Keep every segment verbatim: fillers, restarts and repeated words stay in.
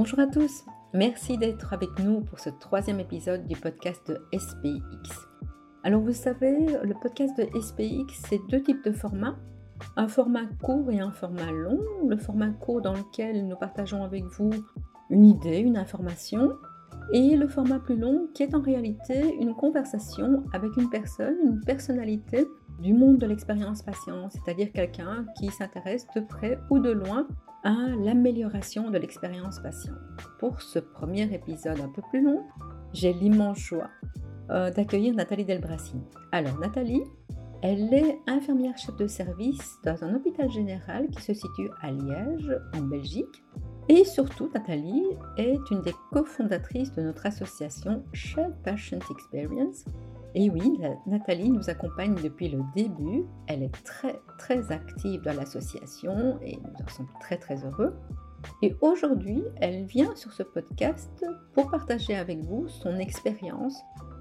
Bonjour à tous, merci d'être avec nous pour ce troisième épisode du podcast de S P X. Alors vous savez, le podcast de S P X, c'est deux types de formats, un format court et un format long. Le format court dans lequel nous partageons avec vous une idée, une information, et le format plus long qui est en réalité une conversation avec une personne, une personnalité du monde de l'expérience patient, c'est-à-dire quelqu'un qui s'intéresse de près ou de loin à l'amélioration de l'expérience patient. Pour ce premier épisode un peu plus long, j'ai l'immense joie euh, d'accueillir Nathalie Delbrassini. Alors Nathalie, elle est infirmière chef de service dans un hôpital général qui se situe à Liège, en Belgique. Et surtout, Nathalie est une des cofondatrices de notre association Shared Patient Experience. Et oui, Nathalie nous accompagne depuis le début. Elle est très très active dans l'association et nous en sommes très très heureux. Et aujourd'hui, elle vient sur ce podcast pour partager avec vous son expérience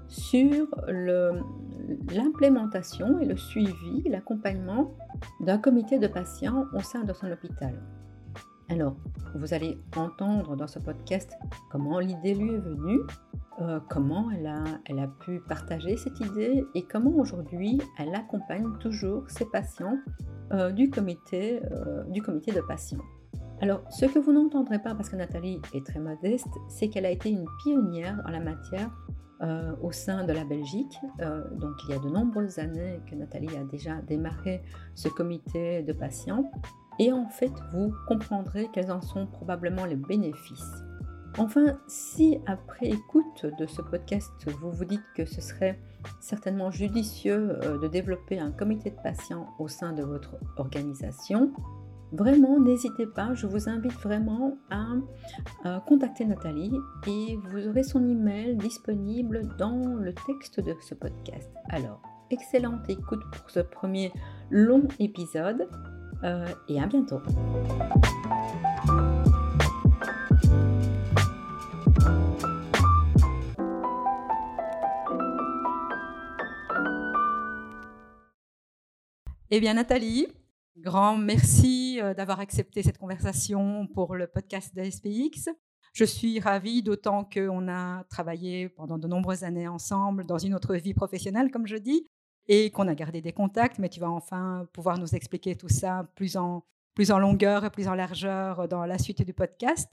sur le, l'implémentation et le suivi, l'accompagnement d'un comité de patients au sein de son hôpital. Alors, vous allez entendre dans ce podcast comment l'idée lui est venue, euh, comment elle a, elle a pu partager cette idée et comment aujourd'hui elle accompagne toujours ses patients euh, du, comité, euh, du comité de patients. Alors, ce que vous n'entendrez pas, parce que Nathalie est très modeste, c'est qu'elle a été une pionnière en la matière euh, au sein de la Belgique. Euh, donc, il y a de nombreuses années que Nathalie a déjà démarré ce comité de patients. Et en fait, vous comprendrez quels en sont probablement les bénéfices. Enfin, si après écoute de ce podcast, vous vous dites que ce serait certainement judicieux de développer un comité de patients au sein de votre organisation, vraiment, n'hésitez pas, je vous invite vraiment à euh, contacter Nathalie et vous aurez son email disponible dans le texte de ce podcast. Alors, excellente écoute pour ce premier long épisode. Euh, et à bientôt. Eh bien Nathalie, grand merci d'avoir accepté cette conversation pour le podcast de S P X. Je suis ravie, d'autant qu'on a travaillé pendant de nombreuses années ensemble dans une autre vie professionnelle, comme je dis, et qu'on a gardé des contacts, mais tu vas enfin pouvoir nous expliquer tout ça plus en plus en longueur et plus en largeur dans la suite du podcast.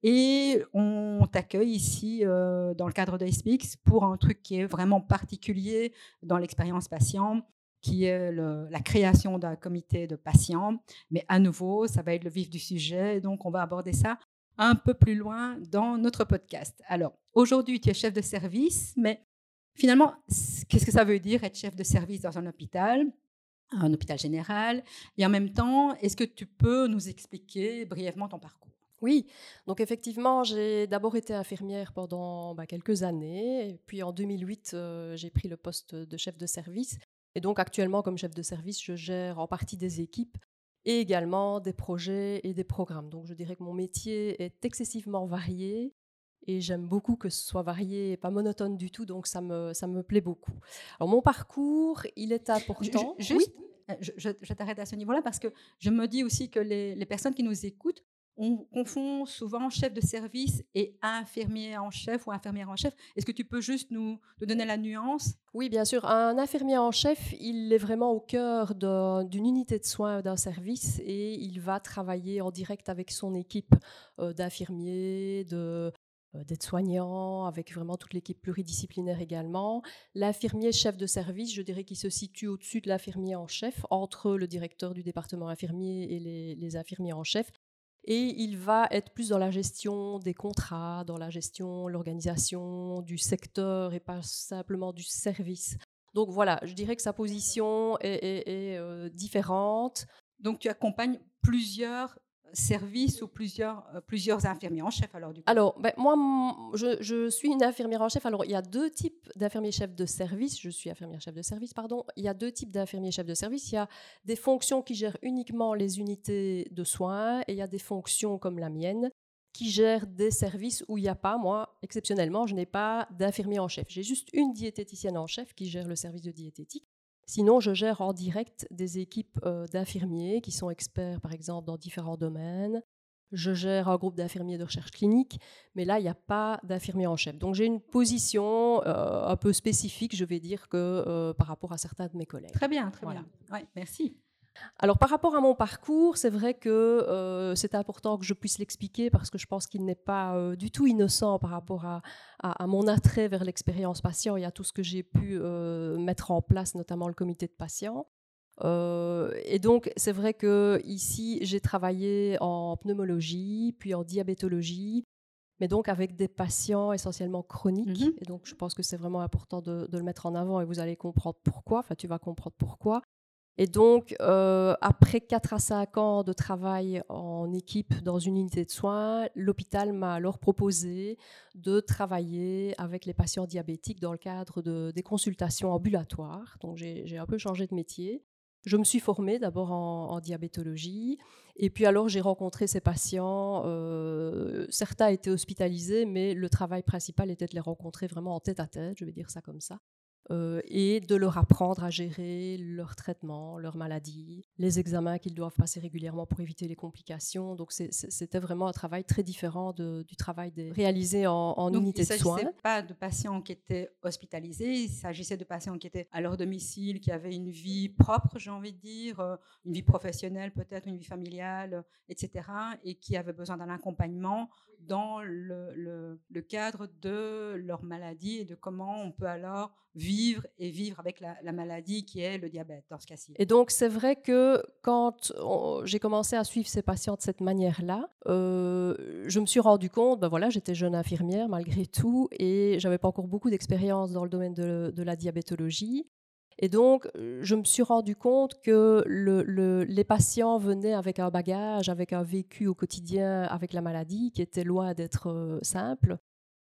Et on t'accueille ici euh, dans le cadre de S P X pour un truc qui est vraiment particulier dans l'expérience patient, qui est le, la création d'un comité de patients. Mais à nouveau, ça va être le vif du sujet, donc on va aborder ça un peu plus loin dans notre podcast. Alors, aujourd'hui, tu es chef de service, mais finalement, qu'est-ce que ça veut dire être chef de service dans un hôpital ? Un hôpital général, et en même temps, est-ce que tu peux nous expliquer brièvement ton parcours ? Oui, donc effectivement, j'ai d'abord été infirmière pendant bah, quelques années, et puis en deux mille huit, euh, j'ai pris le poste de chef de service, et donc actuellement, comme chef de service, je gère en partie des équipes, et également des projets et des programmes. Donc je dirais que mon métier est excessivement varié, et j'aime beaucoup que ce soit varié et pas monotone du tout, donc ça me, ça me plaît beaucoup. Alors mon parcours, il est important. Je, je, juste, oui je, je, je t'arrête à ce niveau-là parce que je me dis aussi que les, les personnes qui nous écoutent, on confond souvent chef de service et infirmier en chef ou infirmière en chef. Est-ce que tu peux juste nous, nous donner la nuance ? Oui, bien sûr. Un infirmier en chef, il est vraiment au cœur de, d'une unité de soins d'un service et il va travailler en direct avec son équipe euh, d'infirmiers, de, euh, d'aides-soignants, avec vraiment toute l'équipe pluridisciplinaire également. L'infirmier chef de service, je dirais qu'il se situe au-dessus de l'infirmier en chef, entre le directeur du département infirmier et les, les infirmiers en chef. Et il va être plus dans la gestion des contrats, dans la gestion, l'organisation du secteur et pas simplement du service. Donc voilà, je dirais que sa position est, est, est euh, différente. Donc tu accompagnes plusieurs services ou plusieurs, euh, plusieurs infirmiers en chef alors du coup. Alors, ben, moi, je, je suis une infirmière en chef. Alors, il y a deux types d'infirmiers chefs de service. Je suis infirmière chef de service, pardon. Il y a deux types d'infirmiers chefs de service. Il y a des fonctions qui gèrent uniquement les unités de soins et il y a des fonctions comme la mienne qui gèrent des services où il n'y a pas, moi, exceptionnellement, je n'ai pas d'infirmier en chef. J'ai juste une diététicienne en chef qui gère le service de diététique. Sinon, je gère en direct des équipes euh, d'infirmiers qui sont experts, par exemple, dans différents domaines. Je gère un groupe d'infirmiers de recherche clinique, mais là, il n'y a pas d'infirmier en chef. Donc, j'ai une position euh, un peu spécifique, je vais dire, que euh, par rapport à certains de mes collègues. Très bien, très Voilà. bien. Ouais, merci. Alors, par rapport à mon parcours, c'est vrai que euh, c'est important que je puisse l'expliquer parce que je pense qu'il n'est pas euh, du tout innocent par rapport à, à, à mon attrait vers l'expérience patient et à tout ce que j'ai pu euh, mettre en place, notamment le comité de patients. Euh, et donc, c'est vrai que ici, j'ai travaillé en pneumologie, puis en diabétologie, mais donc avec des patients essentiellement chroniques. Mm-hmm. Et donc, je pense que c'est vraiment important de, de le mettre en avant et vous allez comprendre pourquoi. Enfin, tu vas comprendre pourquoi. Et donc, euh, après quatre à cinq ans de travail en équipe dans une unité de soins, l'hôpital m'a alors proposé de travailler avec les patients diabétiques dans le cadre de, des consultations ambulatoires. Donc, j'ai, j'ai un peu changé de métier. Je me suis formée d'abord en, en diabétologie et puis alors j'ai rencontré ces patients. Euh, certains étaient hospitalisés, mais le travail principal était de les rencontrer vraiment en tête à tête, je vais dire ça comme ça. Euh, et de leur apprendre à gérer leur traitement, leur maladie, les examens qu'ils doivent passer régulièrement pour éviter les complications. Donc c'est, c'est, c'était vraiment un travail très différent de, du travail des, réalisé en, en Donc, unité de soins. il ne s'agissait pas de patients qui étaient hospitalisés, il s'agissait de patients qui étaient à leur domicile, qui avaient une vie propre, j'ai envie de dire, euh, une vie professionnelle peut-être, une vie familiale, euh, et cetera, et qui avaient besoin d'un accompagnement dans le, le, le cadre de leur maladie et de comment on peut alors vivre et vivre avec la, la maladie qui est le diabète dans ce cas-ci. Et donc, c'est vrai que quand on, j'ai commencé à suivre ces patients de cette manière-là, euh, je me suis rendu compte, ben voilà, j'étais jeune infirmière malgré tout et j'avais pas encore beaucoup d'expérience dans le domaine de, de la diabétologie. Et donc, je me suis rendu compte que le, le, les patients venaient avec un bagage, avec un vécu au quotidien avec la maladie qui était loin d'être euh, simple.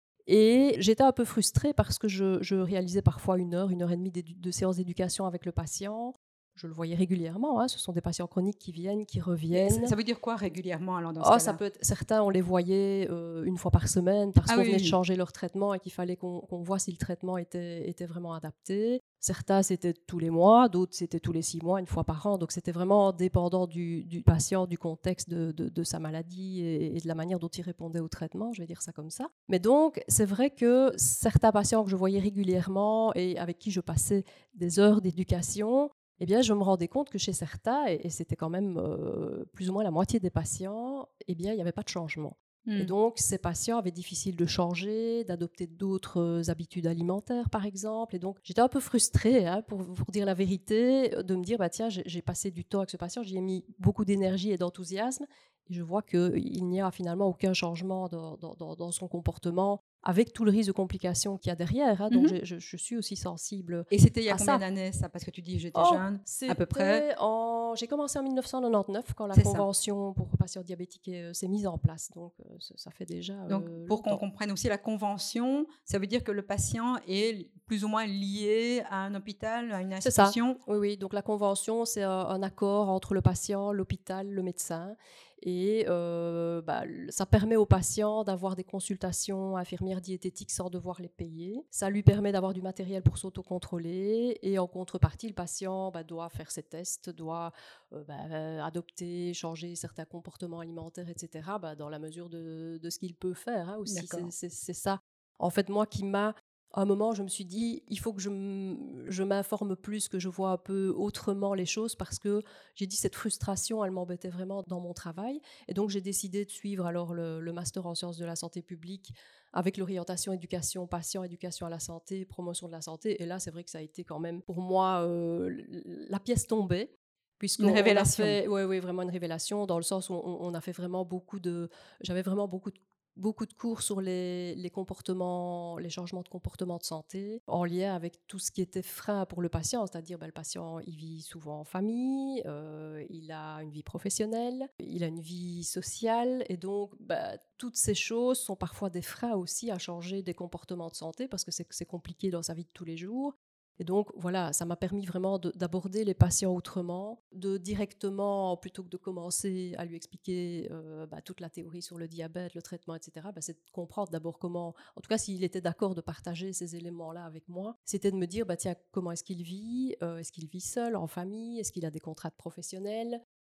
Et j'étais un peu frustrée parce que je, je réalisais parfois une heure, une heure et demie de, de séance d'éducation avec le patient. Je le voyais régulièrement, hein. Ce sont des patients chroniques qui viennent, qui reviennent. Ça veut dire quoi régulièrement alors dans ce oh, cas-là? Ça peut être, certains, on les voyait euh, une fois par semaine parce ah, qu'on oui, venait oui. de changer leur traitement et qu'il fallait qu'on, qu'on voit si le traitement était, était vraiment adapté. Certains, c'était tous les mois, d'autres, c'était tous les six mois, une fois par an. Donc, c'était vraiment dépendant du, du patient, du contexte de, de, de sa maladie et, et de la manière dont il répondait au traitement, je vais dire ça comme ça. Mais donc, c'est vrai que certains patients que je voyais régulièrement et avec qui je passais des heures d'éducation, eh bien, je me rendais compte que chez certains, et, et c'était quand même euh, plus ou moins la moitié des patients, eh bien, il n'y avait pas de changement. Mmh. Et donc, ces patients avaient difficile de changer, d'adopter d'autres habitudes alimentaires, par exemple. Et donc, j'étais un peu frustrée, hein, pour, pour dire la vérité, de me dire, bah, tiens, j'ai, j'ai passé du temps avec ce patient, j'y ai mis beaucoup d'énergie et d'enthousiasme, et je vois qu'il n'y a finalement aucun changement dans, dans, dans son comportement, avec tout le risque de complications qu'il y a derrière. Hein, donc, mm-hmm. je, je suis aussi sensible. Et c'était il y a à combien ça. d'années, ça? Parce que tu dis que j'étais oh, jeune, à peu près. En... J'ai commencé en dix-neuf cent quatre-vingt-dix-neuf, quand la C'est convention ça. Pour patients diabétiques euh, s'est mise en place. Donc, euh, ça fait déjà Donc, euh, pour longtemps. qu'on comprenne aussi la convention, ça veut dire que le patient est plus ou moins lié à un hôpital, à une institution? C'est ça. Oui, oui. Donc, la convention, c'est un, un accord entre le patient, l'hôpital, le médecin. Et euh, bah, ça permet aux patients d'avoir des consultations infirmières diététiques sans devoir les payer. Ça lui permet d'avoir du matériel pour s'autocontrôler. Et en contrepartie, le patient bah, doit faire ses tests, doit euh, bah, adopter, changer certains comportements alimentaires, et cetera, bah, dans la mesure de, de ce qu'il peut faire, hein, aussi. C'est, c'est, c'est ça, en fait, moi, qui m'a... À un moment, je me suis dit, il faut que je, m- je m'informe plus, que je vois un peu autrement les choses, parce que j'ai dit, cette frustration, elle m'embêtait vraiment dans mon travail. Et donc, j'ai décidé de suivre alors le, le master en sciences de la santé publique avec l'orientation éducation patient, éducation à la santé, promotion de la santé. Et là, c'est vrai que ça a été quand même, pour moi, euh, la pièce tombée. Une révélation. Oui, ouais, vraiment une révélation, dans le sens où on, on a fait vraiment beaucoup de... J'avais vraiment beaucoup de beaucoup de cours sur les, les comportements, les changements de comportement de santé, en lien avec tout ce qui était frein pour le patient, c'est-à-dire ben, le patient, il vit souvent en famille, euh, il a une vie professionnelle, il a une vie sociale, et donc ben, toutes ces choses sont parfois des freins aussi à changer des comportements de santé, parce que c'est, c'est compliqué dans sa vie de tous les jours. Et donc, voilà, ça m'a permis vraiment de, d'aborder les patients autrement, de directement, plutôt que de commencer à lui expliquer euh, bah, toute la théorie sur le diabète, le traitement, et cetera, bah, c'est de comprendre d'abord comment, en tout cas s'il était d'accord de partager ces éléments-là avec moi, c'était de me dire, bah, tiens, comment est-ce qu'il vit, euh, est-ce qu'il vit seul, en famille, est-ce qu'il a des contraintes professionnelles,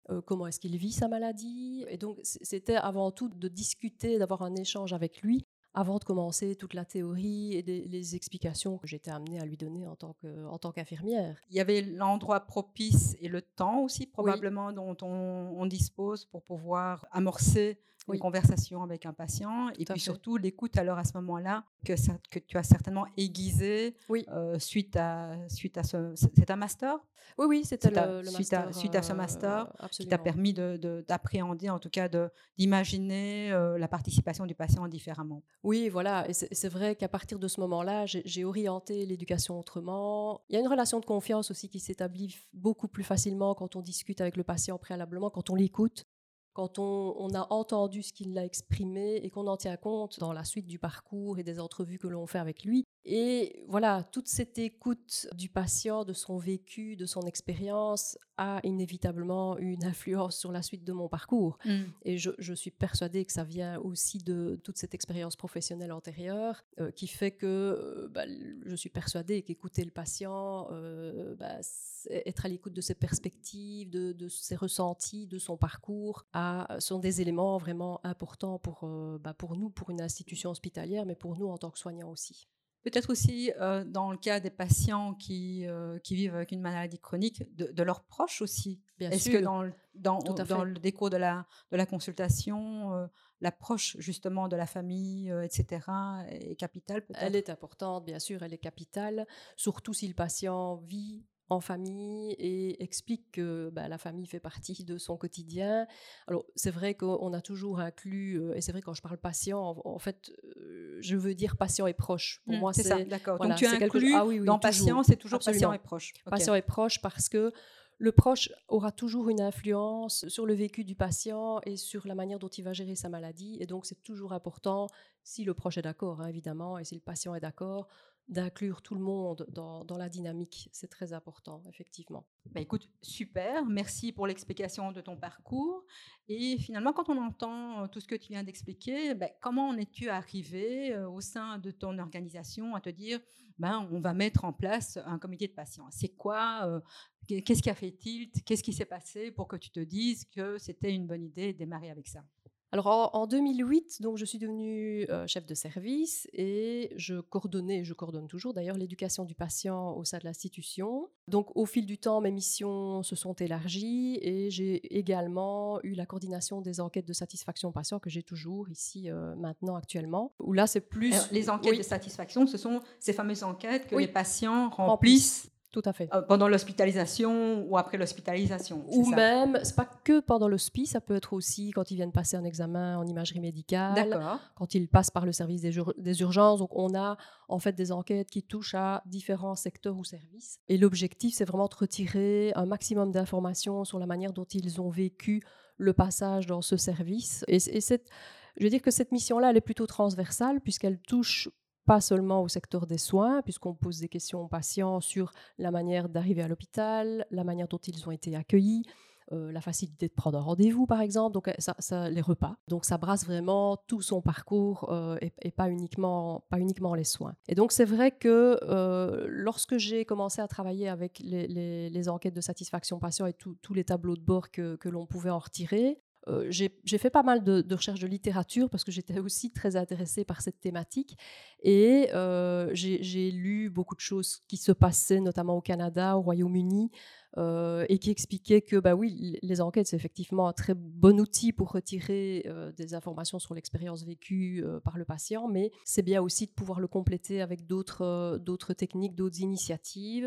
euh, comment est-ce qu'il vit sa maladie. Et donc, c- c'était avant tout de discuter, d'avoir un échange avec lui avant de commencer toute la théorie et des- les explications que j'étais amenée à lui donner en tant que, en tant qu'infirmière. Il y avait l'endroit propice et le temps aussi, Oui, probablement, dont on, on dispose pour pouvoir amorcer une oui, conversation avec un patient. tout Et à puis fait. surtout, l'écoute alors à ce moment-là, que, ça- que tu as certainement aiguisé Oui, euh, suite, à, suite à ce... C'est un master. oui, oui, c'était C'est à- le, le suite, à, master, suite à ce euh, master qui t'a absolument. permis de- de- d'appréhender, en tout cas de- d'imaginer euh, la participation du patient différemment. Oui, voilà, et c'est c'est vrai qu'à partir de ce moment-là, j'ai j'ai orienté l'éducation autrement. Il y a une relation de confiance aussi qui s'établit f- beaucoup plus facilement quand on discute avec le patient préalablement, quand on l'écoute, quand on, on a entendu ce qu'il a exprimé et qu'on en tient compte dans la suite du parcours et des entrevues que l'on fait avec lui. Et voilà, toute cette écoute du patient, de son vécu, de son expérience, a inévitablement une influence sur la suite de mon parcours. Mm. Et je, je suis persuadée que ça vient aussi de toute cette expérience professionnelle antérieure euh, qui fait que euh, bah, je suis persuadée qu'écouter le patient, euh, bah, être à l'écoute de ses perspectives, de, de ses ressentis, de son parcours, a, sont des éléments vraiment importants pour, euh, bah, pour nous, pour une institution hospitalière, mais pour nous en tant que soignants aussi. Peut-être aussi euh, dans le cas des patients qui, euh, qui vivent avec une maladie chronique, de, de leurs proches aussi. Bien Est-ce que sûr, dans, le- dans, tout à dans fait. le décours de la, de la consultation, euh, l'approche justement de la famille, euh, et cetera, est capitale Elle peut-être? est importante, bien sûr, elle est capitale, surtout si le patient vit en famille et explique que bah, la famille fait partie de son quotidien. Alors, c'est vrai qu'on a toujours inclus, euh, et c'est vrai quand je parle patient, en, en fait, euh, je veux dire patient et proche. Pour Hmm, moi, c'est ça, c'est d'accord. Donc voilà, tu as c'est quelque chose. inclus Ah oui, oui, dans patient, toujours, c'est toujours patient et absolument. proche. Ok. Patient et proche parce que le proche aura toujours une influence sur le vécu du patient et sur la manière dont il va gérer sa maladie. Et donc, c'est toujours important, si le proche est d'accord, hein, évidemment, et si le patient est d'accord, d'inclure tout le monde dans, dans la dynamique. C'est très important, effectivement. Bah, écoute, super, merci pour l'explication de ton parcours. Et finalement, quand on entend euh, tout ce que tu viens d'expliquer, bah, comment en es-tu arrivé euh, au sein de ton organisation à te dire, ben, on va mettre en place un comité de patients? C'est quoi euh, qu'est- Qu'est-ce qui a fait tilt? Qu'est-ce qui s'est passé pour que tu te dises que c'était une bonne idée de démarrer avec ça? Alors en, en deux mille huit, donc, je suis devenue euh, chef de service et je coordonnais, je coordonne toujours d'ailleurs, l'éducation du patient au sein de l'institution. Donc au fil du temps, mes missions se sont élargies et j'ai également eu la coordination des enquêtes de satisfaction patient que j'ai toujours ici euh, maintenant actuellement. Où là c'est Alors, plus, les enquêtes de oui, satisfaction, ce sont ces fameuses enquêtes que les oui, patients remplissent, remplissent tout à fait. euh, pendant l'hospitalisation ou après l'hospitalisation, c'est Ou ça? même, c'est pas que pendant l'hospice, ça peut être aussi quand ils viennent passer un examen en imagerie médicale, D'accord. quand ils passent par le service des, ur- des urgences. Donc, on a en fait des enquêtes qui touchent à différents secteurs ou services. Et l'objectif, c'est vraiment de retirer un maximum d'informations sur la manière dont ils ont vécu le passage dans ce service. Et, et cette, je veux dire que cette mission-là, elle est plutôt transversale puisqu'elle touche pas seulement au secteur des soins, puisqu'on pose des questions aux patients sur la manière d'arriver à l'hôpital, la manière dont ils ont été accueillis, euh, la facilité de prendre un rendez-vous, par exemple, donc ça, ça, les repas. Donc ça brasse vraiment tout son parcours euh, et, et pas, uniquement, pas uniquement les soins. Et donc c'est vrai que euh, lorsque j'ai commencé à travailler avec les, les, les enquêtes de satisfaction patient et tous les tableaux de bord que, que l'on pouvait en retirer, euh, j'ai, j'ai fait pas mal de, de recherches de littérature parce que j'étais aussi très intéressée par cette thématique. Et euh, j'ai, j'ai lu beaucoup de choses qui se passaient, notamment au Canada, au Royaume-Uni, euh, et qui expliquaient que, bah oui, les enquêtes, c'est effectivement un très bon outil pour retirer euh, des informations sur l'expérience vécue euh, par le patient, mais c'est bien aussi de pouvoir le compléter avec d'autres, euh, d'autres techniques, d'autres initiatives.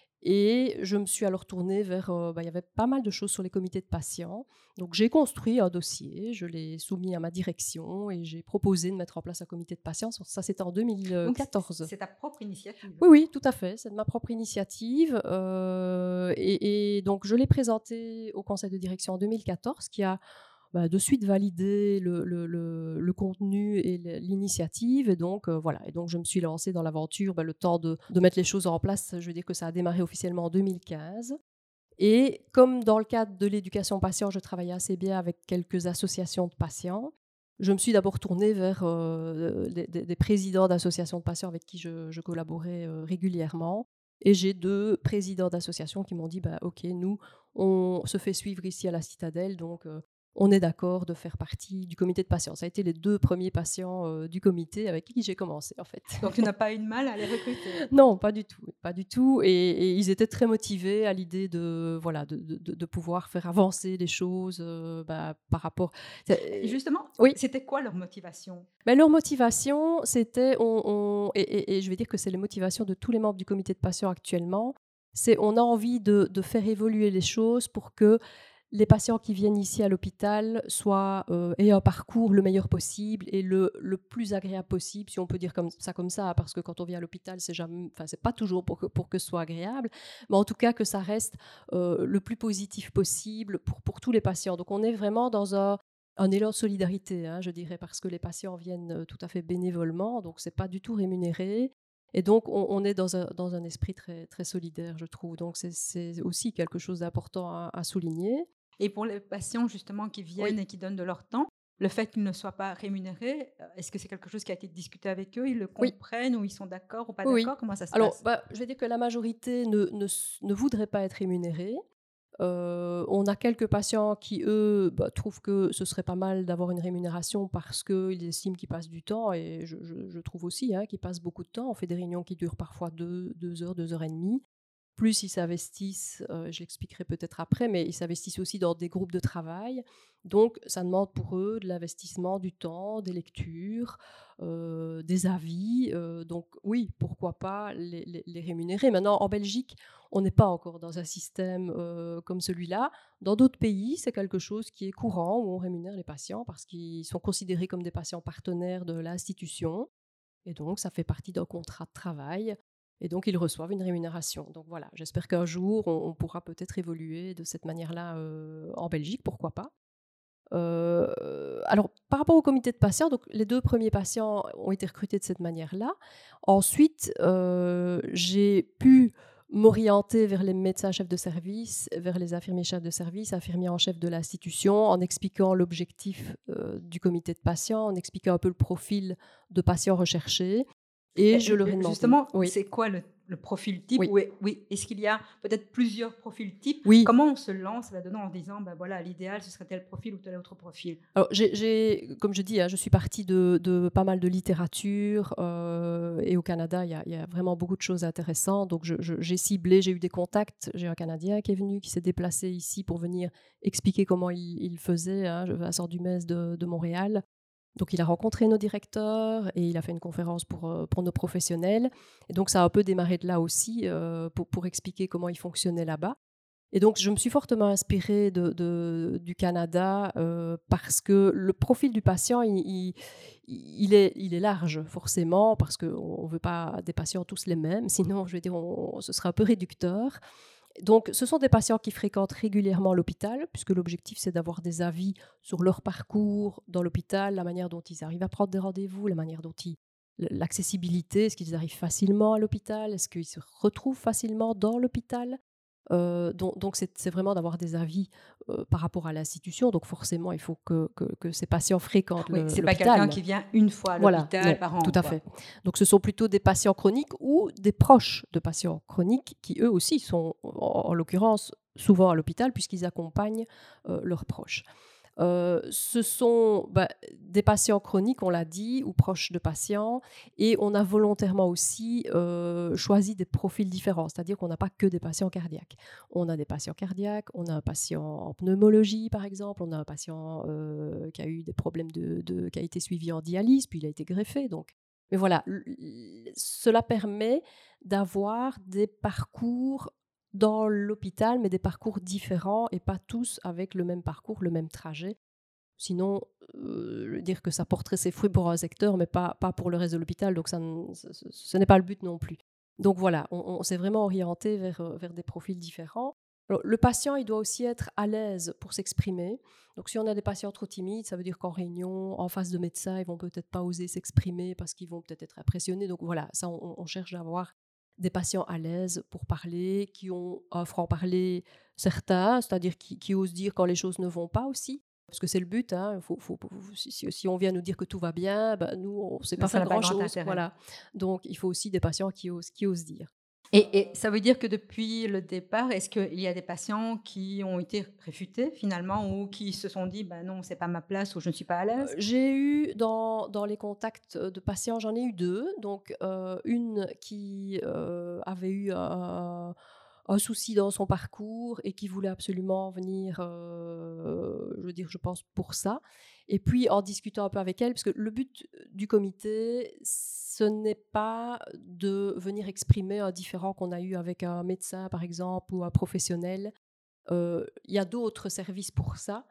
Et je me suis alors tournée vers, euh, bah, il y avait pas mal de choses sur les comités de patients. Donc j'ai construit un dossier, je l'ai soumis à ma direction et j'ai proposé de mettre en place un comité de patients. Ça, c'était en Donc, deux mille quatorze. c'est ta propre initiative. Oui, oui, tout à fait. C'est de ma propre initiative. Euh, et, et donc, je l'ai présenté au conseil de direction en deux mille quatorze, qui a bah, de suite validé le, le, le, le contenu et l'initiative. Et donc, euh, voilà. Et donc, je me suis lancée dans l'aventure, bah, le temps de, de mettre les choses en place. Je veux dire que ça a démarré officiellement en deux mille quinze. Et comme dans le cadre de l'éducation patient, je travaillais assez bien avec quelques associations de patients, je me suis d'abord tournée vers euh, des, des, des présidents d'associations de patients avec qui je, je collaborais euh, régulièrement. Et j'ai deux présidents d'associations qui m'ont dit bah, « Ok, nous, on se fait suivre ici à la Citadelle, donc euh, on est d'accord de faire partie du comité de patients. » Ça a été les deux premiers patients euh, du comité avec qui j'ai commencé, en fait. Donc, tu n'as pas eu de mal à les recruter? Non, pas du tout. Pas du tout. Et, et ils étaient très motivés à l'idée de, voilà, de, de, de pouvoir faire avancer les choses euh, bah, par rapport... Et justement, oui. C'était quoi leur motivation? Ben, leur motivation, c'était... On, on, et, et, et je vais dire que c'est les motivations de tous les membres du comité de patients actuellement. C'est on a envie de, de faire évoluer les choses pour que les patients qui viennent ici à l'hôpital soient, euh, aient un parcours le meilleur possible et le, le plus agréable possible, si on peut dire comme ça comme ça, parce que quand on vient à l'hôpital, c'est jamais, enfin, c'est pas toujours pour que, pour que ce soit agréable, mais en tout cas que ça reste euh, le plus positif possible pour, pour tous les patients. Donc on est vraiment dans un, un élan de solidarité, hein, je dirais, parce que les patients viennent tout à fait bénévolement, donc c'est pas du tout rémunéré. Et donc, on, on est dans un, dans un esprit très, très solidaire, je trouve. Donc, c'est, c'est aussi quelque chose d'important à, à souligner. Et pour les patients justement qui viennent Oui. et qui donnent de leur temps, le fait qu'ils ne soient pas rémunérés, euh, est-ce que c'est quelque chose qui a été discuté avec eux? Ils le Oui. comprennent ou ils sont d'accord ou pas Oui, oui. d'accord? Comment ça se Alors, passe? bah, je vais dire que la majorité ne, ne, s- ne voudrait pas être rémunérée. Euh, on a quelques patients qui, eux, bah, trouvent que ce serait pas mal d'avoir une rémunération parce qu'ils estiment qu'ils passent du temps, et je, je- je trouve aussi hein, qu'ils passent beaucoup de temps. On fait des réunions qui durent parfois deux, deux heures, deux heures et demie. Plus ils s'investissent, euh, je l'expliquerai peut-être après, mais ils s'investissent aussi dans des groupes de travail. Donc, ça demande pour eux de l'investissement, du temps, des lectures, euh, des avis. Euh, donc, oui, pourquoi pas les, les- les rémunérer. Maintenant, en Belgique, on n'est pas encore dans un système euh, comme celui-là. Dans d'autres pays, c'est quelque chose qui est courant, où on rémunère les patients parce qu'ils sont considérés comme des patients partenaires de l'institution. Et donc, ça fait partie d'un contrat de travail. Et donc, ils reçoivent une rémunération. Donc voilà, j'espère qu'un jour, on, on pourra peut-être évoluer de cette manière-là euh, en Belgique, pourquoi pas. Euh, alors, par rapport au comité de patients, donc les deux premiers patients ont été recrutés de cette manière-là. Ensuite, euh, j'ai pu m'orienter vers les médecins chefs de service, vers les infirmiers chefs de service, infirmiers en chef de l'institution, en expliquant l'objectif euh, du comité de patients, en expliquant un peu le profil de patients recherchés. Et je leur ai demandé. Justement, Oui. c'est quoi le, le profil type? Oui. Ou est- oui, est-ce qu'il y a peut-être plusieurs profils types? Oui. Comment on se lance là-dedans en se disant, ben voilà, l'idéal, ce serait tel profil ou tel autre profil? Alors, j'ai, j'ai, comme je dis, hein, je suis partie de, de pas mal de littérature euh, et au Canada, il y, y a vraiment beaucoup de choses intéressantes. Donc, je, je, j'ai ciblé, j'ai eu des contacts. J'ai un Canadien qui est venu, qui s'est déplacé ici pour venir expliquer comment il, il faisait, hein, Vincent Dumez de, de Montréal. Donc, il a rencontré nos directeurs et il a fait une conférence pour, pour nos professionnels. Et donc, ça a un peu démarré de là aussi euh, pour, pour expliquer comment il fonctionnait là-bas. Et donc, je me suis fortement inspirée de, de, du Canada euh, parce que le profil du patient, il, il, il, est, il est large, forcément, parce qu'on ne veut pas des patients tous les mêmes, sinon, je vais dire, on, ce serait un peu réducteur. Donc, ce sont des patients qui fréquentent régulièrement l'hôpital, puisque l'objectif, c'est d'avoir des avis sur leur parcours dans l'hôpital, la manière dont ils arrivent à prendre des rendez-vous, la manière dont ils... l'accessibilité, est-ce qu'ils arrivent facilement à l'hôpital, est-ce qu'ils se retrouvent facilement dans l'hôpital. Euh, donc, donc c'est, c'est vraiment d'avoir des avis euh, par rapport à l'institution. Donc forcément, il faut que, que, que ces patients fréquentent Oui, le, c'est l'hôpital. pas quelqu'un qui vient une fois à Voilà, l'hôpital non, par an. tout à quoi. fait. Donc ce sont plutôt des patients chroniques ou des proches de patients chroniques qui eux aussi sont, en, en l'occurrence, souvent à l'hôpital puisqu'ils accompagnent euh, leurs proches. Euh, ce sont bah, des patients chroniques, on l'a dit, ou proches de patients, et on a volontairement aussi euh, choisi des profils différents, c'est-à-dire qu'on n'a pas que des patients cardiaques. On a des patients cardiaques, on a un patient en pneumologie, par exemple, on a un patient euh, qui a eu des problèmes de, de, qui a été suivi en dialyse, puis il a été greffé. Donc, mais voilà, cela permet d'avoir des parcours dans l'hôpital, mais des parcours différents et pas tous avec le même parcours, le même trajet. Sinon, euh, dire que ça porterait ses fruits pour un secteur, mais pas, pas pour le reste de l'hôpital, donc ça, ce, ce n'est pas le but non plus. Donc voilà, on, on s'est vraiment orienté vers, vers des profils différents. Alors, le patient, il doit aussi être à l'aise pour s'exprimer. Donc si on a des patients trop timides, ça veut dire qu'en réunion, en face de médecins, ils vont peut-être pas oser s'exprimer parce qu'ils vont peut-être être impressionnés. Donc voilà, ça, on, on cherche à avoir des patients à l'aise pour parler, qui ont un franc-parler certain, c'est-à-dire qui, qui osent dire quand les choses ne vont pas aussi. Parce que c'est le but, hein. faut, faut, si, si on vient nous dire que tout va bien, ben nous, on ne sait pas ça faire n'a pas grand grand-chose. intérêt. Voilà. Donc, il faut aussi des patients qui osent, qui osent dire. Et et ça veut dire que depuis le départ, est-ce qu'il y a des patients qui ont été réfutés finalement ou qui se sont dit: «Bah non, c'est pas ma place» ou «Je ne suis pas à Heu, l'aise»? j'ai eu dans dans les contacts, de patients, j'en ai eu deux. Donc, heu, une qui, heu, avait eu un un souci dans son parcours et qui voulait absolument venir, heu, je veux dire, je pense pour ça. Et puis en discutant un peu avec elle, parce que le but du comité, ce n'est pas de venir exprimer un différend qu'on a eu avec un médecin, par exemple, ou un professionnel. Heu, il y a d'autres services pour ça.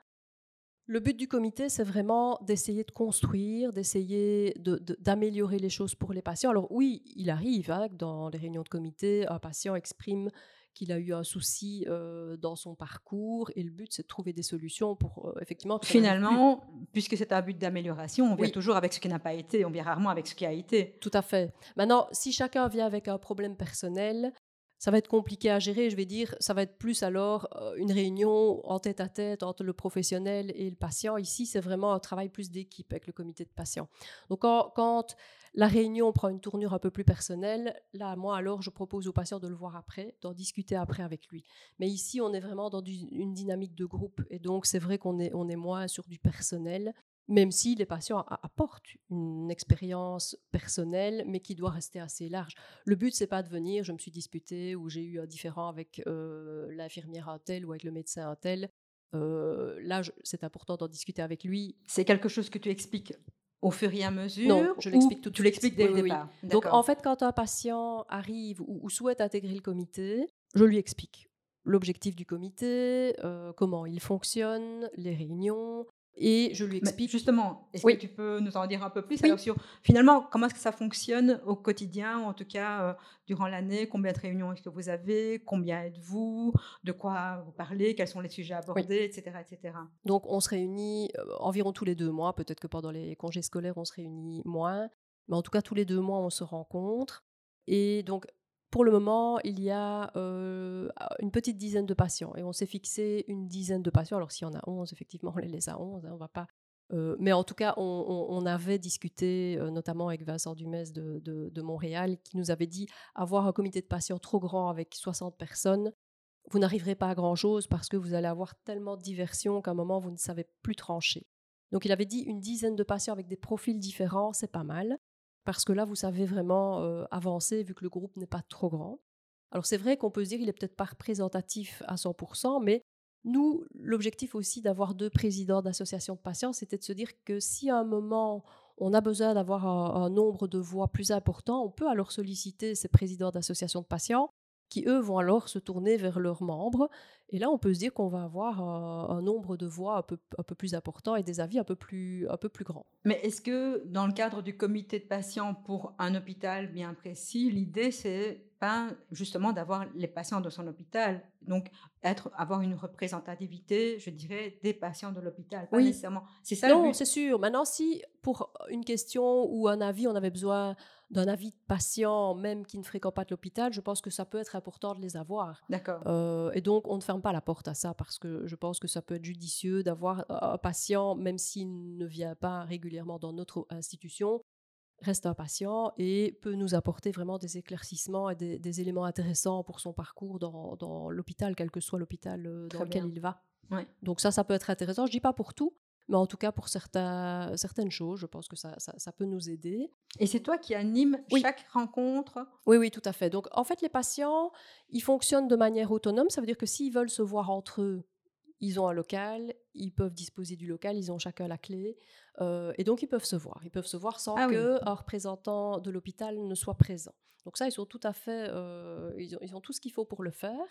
Le but du comité, c'est vraiment d'essayer de construire, d'essayer de de d'améliorer les choses pour les patients. Alors oui, il arrive, hein, que dans les réunions de comité, un patient exprime qu'il a eu un souci, heu, dans son parcours, et le but, c'est de trouver des solutions pour, heu, effectivement, que ça n'arrive plus. Finalement, puisque c'est un but d'amélioration, on vient Oui, toujours avec ce qui n'a pas été, on vient rarement avec ce qui a été. tout à fait. Maintenant, si chacun vient avec un problème personnel, ça va être compliqué à gérer. Je vais dire, ça va être plus alors, heu, une réunion en tête-à-tête entre le professionnel et le patient. Ici, c'est vraiment un travail plus d'équipe avec le comité de patients. Donc quand quand la réunion prend une tournure un peu plus personnelle, là, moi, alors, je propose au patient de le voir après, d'en discuter après avec lui. Mais ici, on est vraiment dans du une dynamique de groupe, et donc c'est vrai qu'on est on est moins sur du personnel. Même si les patients a- apportent une expérience personnelle, mais qui doit rester assez large. Le but, c'est pas de venir, je me suis disputée ou j'ai eu un différend avec euh, l'infirmière un tel ou avec le médecin un tel. Euh, là, je- c'est important d'en discuter avec lui. C'est quelque chose que tu expliques au fur et à Non, mesure je l'explique ou tout de tu suite. l'expliques dès Oui, le oui, oui. départ? Donc, en D'accord. fait, quand un patient arrive ou, ou souhaite intégrer le comité, je lui explique l'objectif du comité, euh, comment il fonctionne, les réunions, et je lui Mais explique. justement, est-ce que Oui, tu peux nous en dire un peu plus alors oui. sur finalement comment est-ce que ça fonctionne au quotidien, en tout cas, heu, durant l'année? Combien de réunions est-ce que vous avez? Combien êtes-vous? De quoi vous parlez? Quels sont les sujets Oui. abordés? Et cetera, et cetera. Donc on se réunit, heu, environ tous les deux mois. Peut-être que pendant les congés scolaires, on se réunit moins, mais en tout cas tous les deux mois, on se rencontre. Et donc pour le moment, il y a, heu, a une petite dizaine de patients, et on s'est fixé une dizaine de patients. Alors s'il y en a onze, effectivement, on les laisse à onze, hein, on va pas, heu, mais en tout cas, on on on avait discuté, heu, notamment avec Vincent Dumès de de de Montréal, qui nous avait dit: «Avoir un comité de patients trop grand avec soixante personnes, vous n'arriverez pas à grand-chose parce que vous allez avoir tellement de diversions qu'à un moment, vous ne savez plus trancher.» Donc il avait dit une dizaine de patients avec des profils différents, c'est pas mal, parce que là, vous savez vraiment euh, avancer vu que le groupe n'est pas trop grand. Alors c'est vrai qu'on peut se dire qu'il est peut-être pas représentatif à cent pour cent, mais nous, l'objectif aussi d'avoir deux présidents d'associations de patients, c'était de se dire que si à un moment, on a besoin d'avoir un, un nombre de voix plus important, on peut alors solliciter ces présidents d'associations de patients qui, eux, vont alors se tourner vers leurs membres. Et là, on peut se dire qu'on va avoir un, un nombre de voix un peu, un peu plus important et des avis un peu plus, un peu plus grands. Mais est-ce que dans le cadre du comité de patients pour un hôpital bien précis, l'idée c'est pas justement d'avoir les patients de son hôpital, donc être avoir une représentativité, je dirais, des patients de l'hôpital, pas Oui, nécessairement c'est ça le non, c'est but? sûr. Maintenant, si pour une question ou un avis, on avait besoin d'un avis de patient, même qui ne fréquente pas de l'hôpital, je pense que ça peut être important de les avoir. D'accord. Euh, et donc, on ne ferme pas la porte à ça, parce que je pense que ça peut être judicieux d'avoir un patient, même s'il ne vient pas régulièrement dans notre institution, reste un patient et peut nous apporter vraiment des éclaircissements et des, des éléments intéressants pour son parcours dans, dans l'hôpital, quel que soit l'hôpital euh, dans Très lequel bien. il va. Ouais. Donc ça, ça peut être intéressant. Je ne dis pas pour tout, mais en tout cas pour certains, certaines choses, je pense que ça, ça, ça peut nous aider. Et c'est toi qui animes Oui, chaque rencontre? oui, oui, tout à fait. Donc en fait, les patients, ils fonctionnent de manière autonome. Ça veut dire que s'ils veulent se voir entre eux, ils ont un local, ils peuvent disposer du local, ils ont chacun la clé, euh, et donc ils peuvent se voir. Ils peuvent se voir sans Ah oui. qu'un représentant de l'hôpital ne soit présent. Donc ça, ils sont tout à fait, euh, ils, ont, ils ont tout ce qu'il faut pour le faire.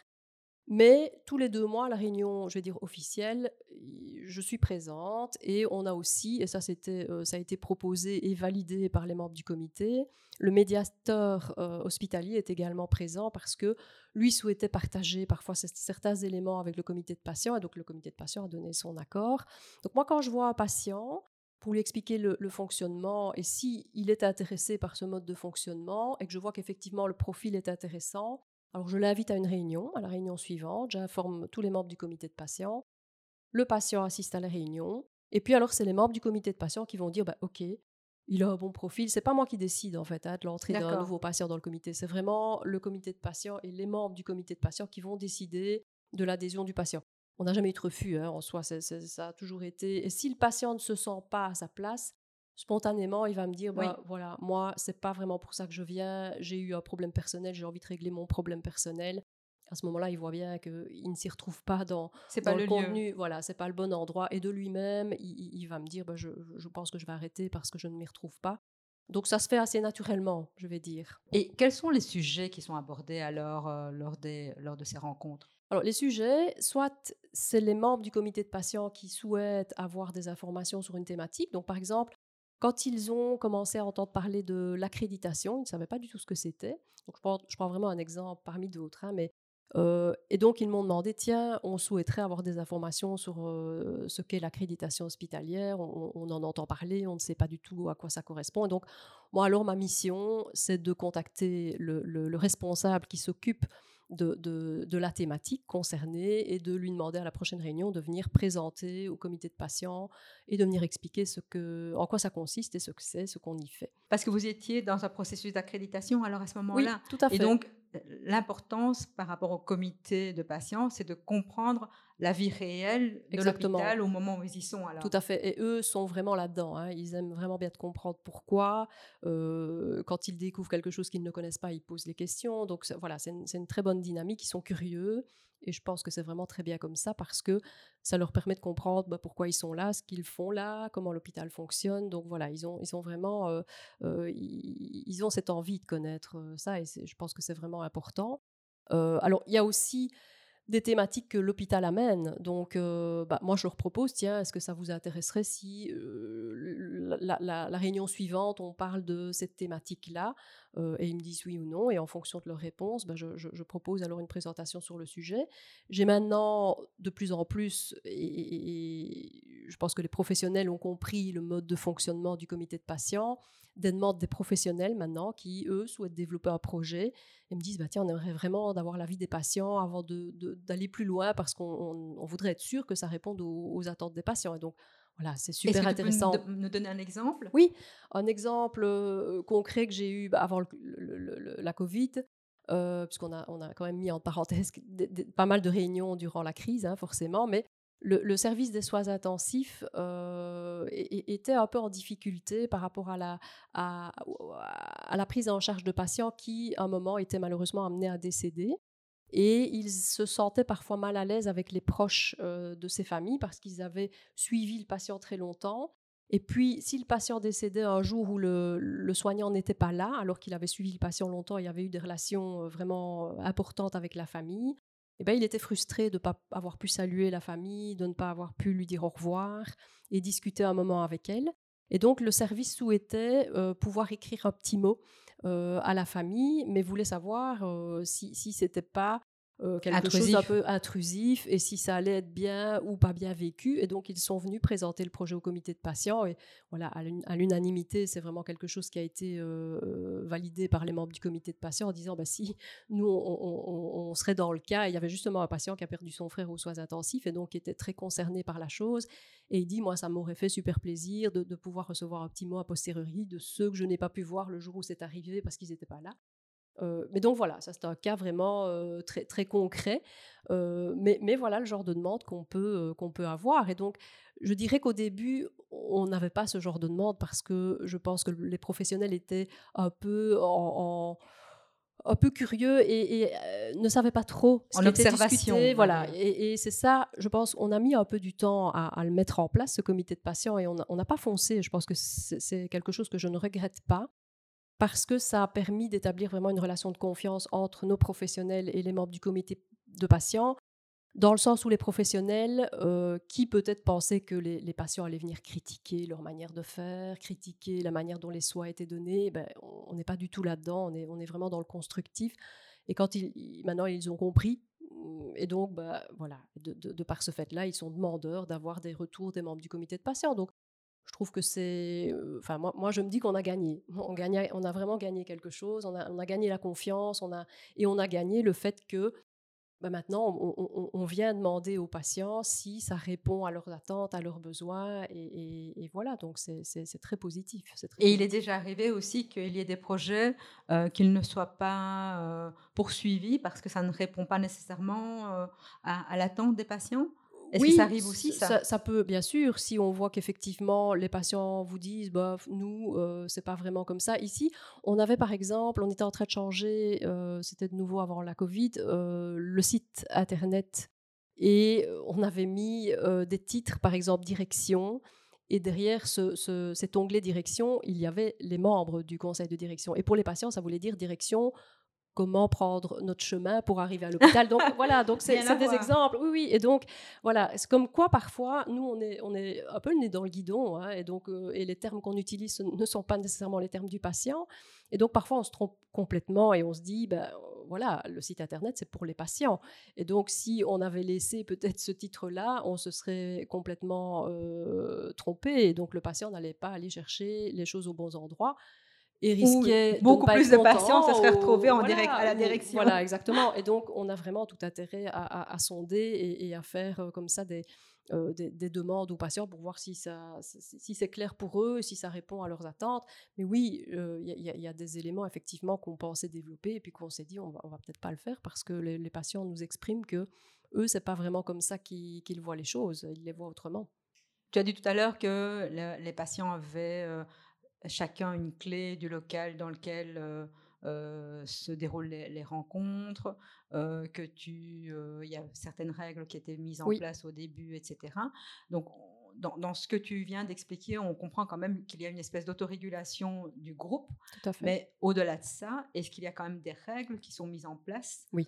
Mais tous les deux mois, à la réunion, je vais dire officielle, je suis présente, et on a aussi, et ça, c'était, euh, ça a été proposé et validé par les membres du comité, le médiateur euh, hospitalier est également présent, parce que lui souhaitait partager parfois c- certains éléments avec le comité de patients, et donc le comité de patients a donné son accord. Donc moi, quand je vois un patient, pour lui expliquer le, le fonctionnement, et s'il il est intéressé par ce mode de fonctionnement, et que je vois qu'effectivement le profil est intéressant, alors je l'invite à une réunion, à la réunion suivante, j'informe tous les membres du comité de patients, le patient assiste à la réunion, et puis alors c'est les membres du comité de patients qui vont dire bah, « Ok, il a un bon profil. C'est pas moi qui décide en fait hein, de l'entrée d'un D'accord. nouveau patient dans le comité. C'est vraiment le comité de patients et les membres du comité de patients qui vont décider de l'adhésion du patient. On n'a jamais eu de refus hein, en soi. C'est, c'est- ça a toujours été. Et si le patient ne se sent pas à sa place, spontanément, il va me dire Oui. bah voilà, moi c'est pas vraiment pour ça que je viens. J'ai eu un problème personnel. J'ai envie de régler mon problème personnel. À ce moment-là, il voit bien qu'il ne s'y retrouve pas dans C'est pas dans le le lieu. contenu, voilà, c'est pas le bon endroit. Et de lui-même, il, il- il va me dire, bah, je, je pense que je vais arrêter parce que je ne m'y retrouve pas. Donc ça se fait assez naturellement, je vais dire. Et quels sont les sujets qui sont abordés alors euh, lors, des, lors de ces rencontres? Alors les sujets, soit c'est les membres du comité de patients qui souhaitent avoir des informations sur une thématique. Donc par exemple, quand ils ont commencé à entendre parler de l'accréditation, ils ne savaient pas du tout ce que c'était. Donc je prends, je prends vraiment un exemple parmi d'autres, hein, mais euh, et donc ils m'ont demandé, tiens, on souhaiterait avoir des informations sur euh, ce qu'est l'accréditation hospitalière. On, on en entend parler, on ne sait pas du tout à quoi ça correspond. Et donc moi alors ma mission, c'est de contacter le, le- le responsable qui s'occupe de, de, de la thématique concernée et de lui demander à la prochaine réunion de venir présenter au comité de patients et de venir expliquer ce que, en quoi ça consiste et ce que c'est, ce qu'on y fait. Parce que vous étiez dans un processus d'accréditation alors à ce Oui, moment-là. tout à Et fait. donc, l'importance par rapport au comité de patients, c'est de comprendre la vie réelle de Exactement. l'hôpital au moment où ils y sont Tout alors. à fait. Et eux sont vraiment là-dedans. Hein. Ils aiment vraiment bien te comprendre pourquoi. Euh, quand ils découvrent quelque chose qu'ils ne connaissent pas, ils posent les questions. Donc c'est- voilà, c'est une, c'est une très bonne dynamique. Ils sont curieux. Et je pense que c'est vraiment très bien comme ça parce que ça leur permet de comprendre bah, pourquoi ils sont là, ce qu'ils font là, comment l'hôpital fonctionne. Donc voilà, ils ont, ils ont vraiment euh, euh, ils, ils ont cette envie de connaître euh, ça. Et c'est- je pense que c'est vraiment important. Euh, alors, il y a aussi des thématiques que l'hôpital amène. Donc, euh, bah, moi, je leur propose, tiens, est-ce que ça vous intéresserait si euh, la, la- la réunion suivante, on parle de cette thématique-là euh, et ils me disent oui ou non. Et en fonction de leur réponse, bah, je, je- je propose alors une présentation sur le sujet. J'ai maintenant de plus en plus, et, et- et je pense que les professionnels ont compris le mode de fonctionnement du comité de patients, des demandes des professionnels maintenant qui, eux, souhaitent développer un projet et me disent bah, tiens, on aimerait vraiment d'avoir l'avis des patients avant de, de, d'aller plus loin parce qu'on on, on voudrait être sûr que ça réponde aux, aux attentes des patients. Et donc, voilà, c'est Est-ce super que tu peux nous, intéressant. nous donner un exemple? Oui, un exemple euh, concret que j'ai eu bah, avant le- le- le- le- la Covid, euh, puisqu'on a, on a quand même mis en parenthèse des- des- pas mal de réunions durant la crise, hein, forcément, mais le, le service des soins intensifs euh, é- é- était un peu en difficulté par rapport à la, à, à la prise en charge de patients qui, à un moment, étaient malheureusement amenés à décéder. Et ils se sentaient parfois mal à l'aise avec les proches euh, de ces familles parce qu'ils avaient suivi le patient très longtemps. Et puis, si le patient décédait un jour où le, le soignant n'était pas là, alors qu'il avait suivi le patient longtemps, il y avait eu des relations euh, vraiment euh, importantes avec la famille, eh ben, il était frustré de ne pas avoir pu saluer la famille, de ne pas avoir pu lui dire au revoir et discuter un moment avec elle. Et donc, le service souhaitait euh, pouvoir écrire un petit mot euh, à la famille, mais voulait savoir euh, si, si c'était pas euh, quelque chose d'un Intrusif. peu intrusif et si ça allait être bien ou pas bien vécu. Et donc, ils sont venus présenter le projet au comité de patients. Et voilà, à l'un- à l'unanimité, c'est vraiment quelque chose qui a été euh, validé par les membres du comité de patients en disant bah, si nous, on, on- on serait dans le cas, il y avait justement un patient qui a perdu son frère aux soins intensifs et donc qui était très concerné par la chose. Et il dit moi, ça m'aurait fait super plaisir de, de pouvoir recevoir un petit mot a posteriori de ceux que je n'ai pas pu voir le jour où c'est arrivé parce qu'ils n'étaient pas là. Euh, mais donc voilà, ça c'est un cas vraiment euh, très, très concret. Euh, mais, mais voilà le genre de demande qu'on peut, euh, qu'on peut avoir. Et donc, je dirais qu'au début, on n'avait pas ce genre de demande parce que je pense que les professionnels étaient un peu en, en- un peu curieux et, et, euh, ne savaient pas trop ce En qui était observation, discuté. on va Voilà. dire. Et, et c'est ça, je pense, on a mis un peu du temps à, à le mettre en place, ce comité de patients, et on n'a on n'a pas foncé. Je pense que c'est c'est quelque chose que je ne regrette pas parce que ça a permis d'établir vraiment une relation de confiance entre nos professionnels et les membres du comité de patients, dans le sens où les professionnels, euh, qui peut-être pensaient que les, les patients allaient venir critiquer leur manière de faire, critiquer la manière dont les soins étaient donnés, ben, on n'est pas du tout là-dedans, on est, on est vraiment dans le constructif. Et quand ils, ils- maintenant ils ont compris, et donc ben, voilà, de, de, de par ce fait-là, ils sont demandeurs d'avoir des retours des membres du comité de patients. Donc je trouve que c'est, euh, enfin moi, moi je me dis qu'on a gagné, on, gagne, on a vraiment gagné quelque chose, on a, on a gagné la confiance, on a, et on a gagné le fait que ben maintenant, on, on- on vient demander aux patients si ça répond à leurs attentes, à leurs besoins, et, et- et voilà, donc c'est c'est- c'est très positif. C'est très Et il est positif. déjà arrivé aussi qu'il y ait des projets euh, qu'ils ne soient pas euh, poursuivis parce que ça ne répond pas nécessairement euh, à, à l'attente des patients. Est-ce que ça Oui, arrive aussi, c- ça? ça, ça peut, bien sûr, si on voit qu'effectivement les patients vous disent, bah, f- nous, euh, c'est pas vraiment comme ça. Ici, on avait par exemple, on était en train de changer, euh, c'était de nouveau avant la Covid, euh, le site internet, et euh, on avait mis euh, des titres, par exemple direction, et derrière ce- ce- cet onglet direction, il y avait les membres du conseil de direction. Et pour les patients, ça voulait dire direction comment prendre notre chemin pour arriver à l'hôpital. Donc voilà, donc c'est Rien à c'est des voir. exemples. Oui, oui. Et donc voilà, c'est comme quoi parfois nous on est on est un peu le nez dans le guidon, hein, et donc euh, et les termes qu'on utilise ne sont pas nécessairement les termes du patient. Et donc parfois on se trompe complètement et on se dit ben voilà, le site internet c'est pour les patients. Et donc si on avait laissé peut-être ce titre-là, on se serait complètement euh, trompé. Et donc le patient n'allait pas aller chercher les choses aux bons endroits et Ou risquait de ne beaucoup pas être plus de patients se content, seraient retrouvés ou en direct à voilà, la ou direction. voilà exactement. Et donc on a vraiment tout intérêt à, à- à sonder et, et à faire euh, comme ça des, euh, des, des demandes aux patients pour voir si ça si si c'est clair pour eux, si ça répond à leurs attentes. Mais oui, euh, il y, a- il y a des éléments effectivement qu'on pensait développer et puis qu'on s'est dit on va on va peut-être pas le faire parce que les, les patients nous expriment que eux c'est pas vraiment comme ça qu'ils qu'ils voient les choses, ils les voient autrement. Tu as dit tout à l'heure que le- les patients avaient euh, chacun une clé du local dans lequel euh, euh, se déroulent les, les rencontres, euh, que tu, euh, il y a certaines règles qui étaient mises en Oui, place au début, et cetera. Donc, on- dans, dans ce que tu viens d'expliquer, on comprend quand même qu'il y a une espèce d'autorégulation du groupe, tout à fait. mais au-delà de ça, est-ce qu'il y a quand même des règles qui sont mises en place? Oui.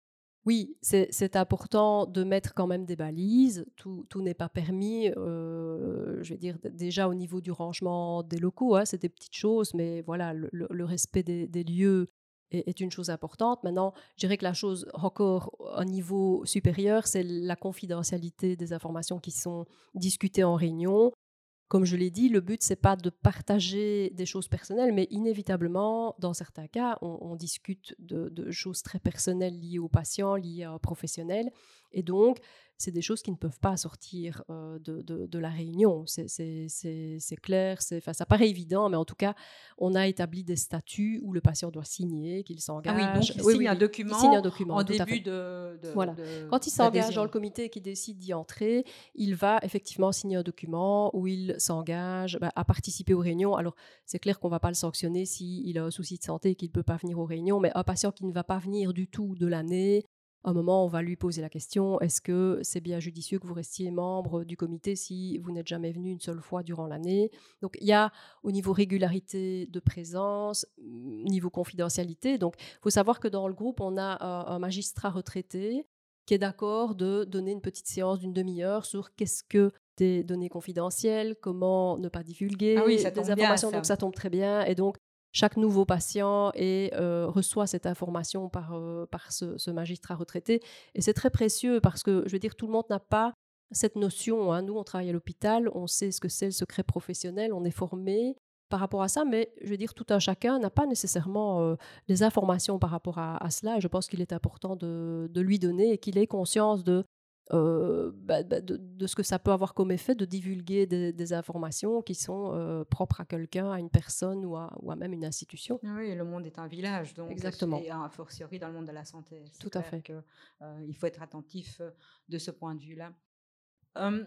Oui, c'est c'est important de mettre quand même des balises. Tout, tout n'est pas permis. Euh, je vais dire d- déjà au niveau du rangement des locaux, hein, c'est des petites choses, mais voilà, le, le- le respect des, des lieux est, est une chose importante. Maintenant, je dirais que la chose encore un niveau supérieur, c'est la confidentialité des informations qui sont discutées en réunion. Comme je l'ai dit, le but, c'est pas de partager des choses personnelles, mais inévitablement, dans certains cas, on, on discute de, de choses très personnelles liées aux patients, liées à un professionnel. Et donc, c'est des choses qui ne peuvent pas sortir euh, de, de- de la réunion. C'est c'est- c'est- c'est clair, c'est, enfin, ça paraît évident, mais en tout cas, on a établi des statuts où le patient doit signer, qu'il Ah oui, s'engage. donc il Oui, oui, signe un oui, il signe un document document, en tout à début fait. de, de- Voilà. de- Quand il s'engage dans le d'adhésion. comité et qu'il décide d'y entrer, il va effectivement signer un document où il s'engage bah, à participer aux réunions. Alors, c'est clair qu'on ne va pas le sanctionner s'il a un souci de santé et qu'il ne peut pas venir aux réunions, mais un patient qui ne va pas venir du tout de l'année, à un moment, on va lui poser la question, est-ce que c'est bien judicieux que vous restiez membre du comité si vous n'êtes jamais venu une seule fois durant l'année? Donc, il y a au niveau régularité de présence, niveau confidentialité. Donc, il faut savoir que dans le groupe, on a un, un magistrat retraité qui est d'accord de donner une petite séance d'une demi-heure sur qu'est-ce que des données confidentielles, comment ne pas Ah oui, divulguer ça des tombe bien, informations. ça. Donc ça tombe très bien. Et donc chaque nouveau patient est, euh, reçoit cette information par, euh, par ce, ce magistrat retraité. Et c'est très précieux parce que, je veux dire, tout le monde n'a pas cette notion, hein. Nous, on travaille à l'hôpital, on sait ce que c'est le secret professionnel, on est formé par rapport à ça, mais je veux dire, tout un chacun n'a pas nécessairement euh, les informations par rapport à, à cela. Et je pense qu'il est important de, de lui donner et qu'il ait conscience de, euh, bah, bah, de, de ce que ça peut avoir comme effet de divulguer des, des informations qui sont euh, propres à quelqu'un, à une personne ou à, ou à même une institution. Ah oui, le monde est un village, donc, Exactement, et a fortiori dans le monde de la santé. C'est tout à clair fait. qu'il euh, faut être attentif euh, de ce point de vue-là. Hum,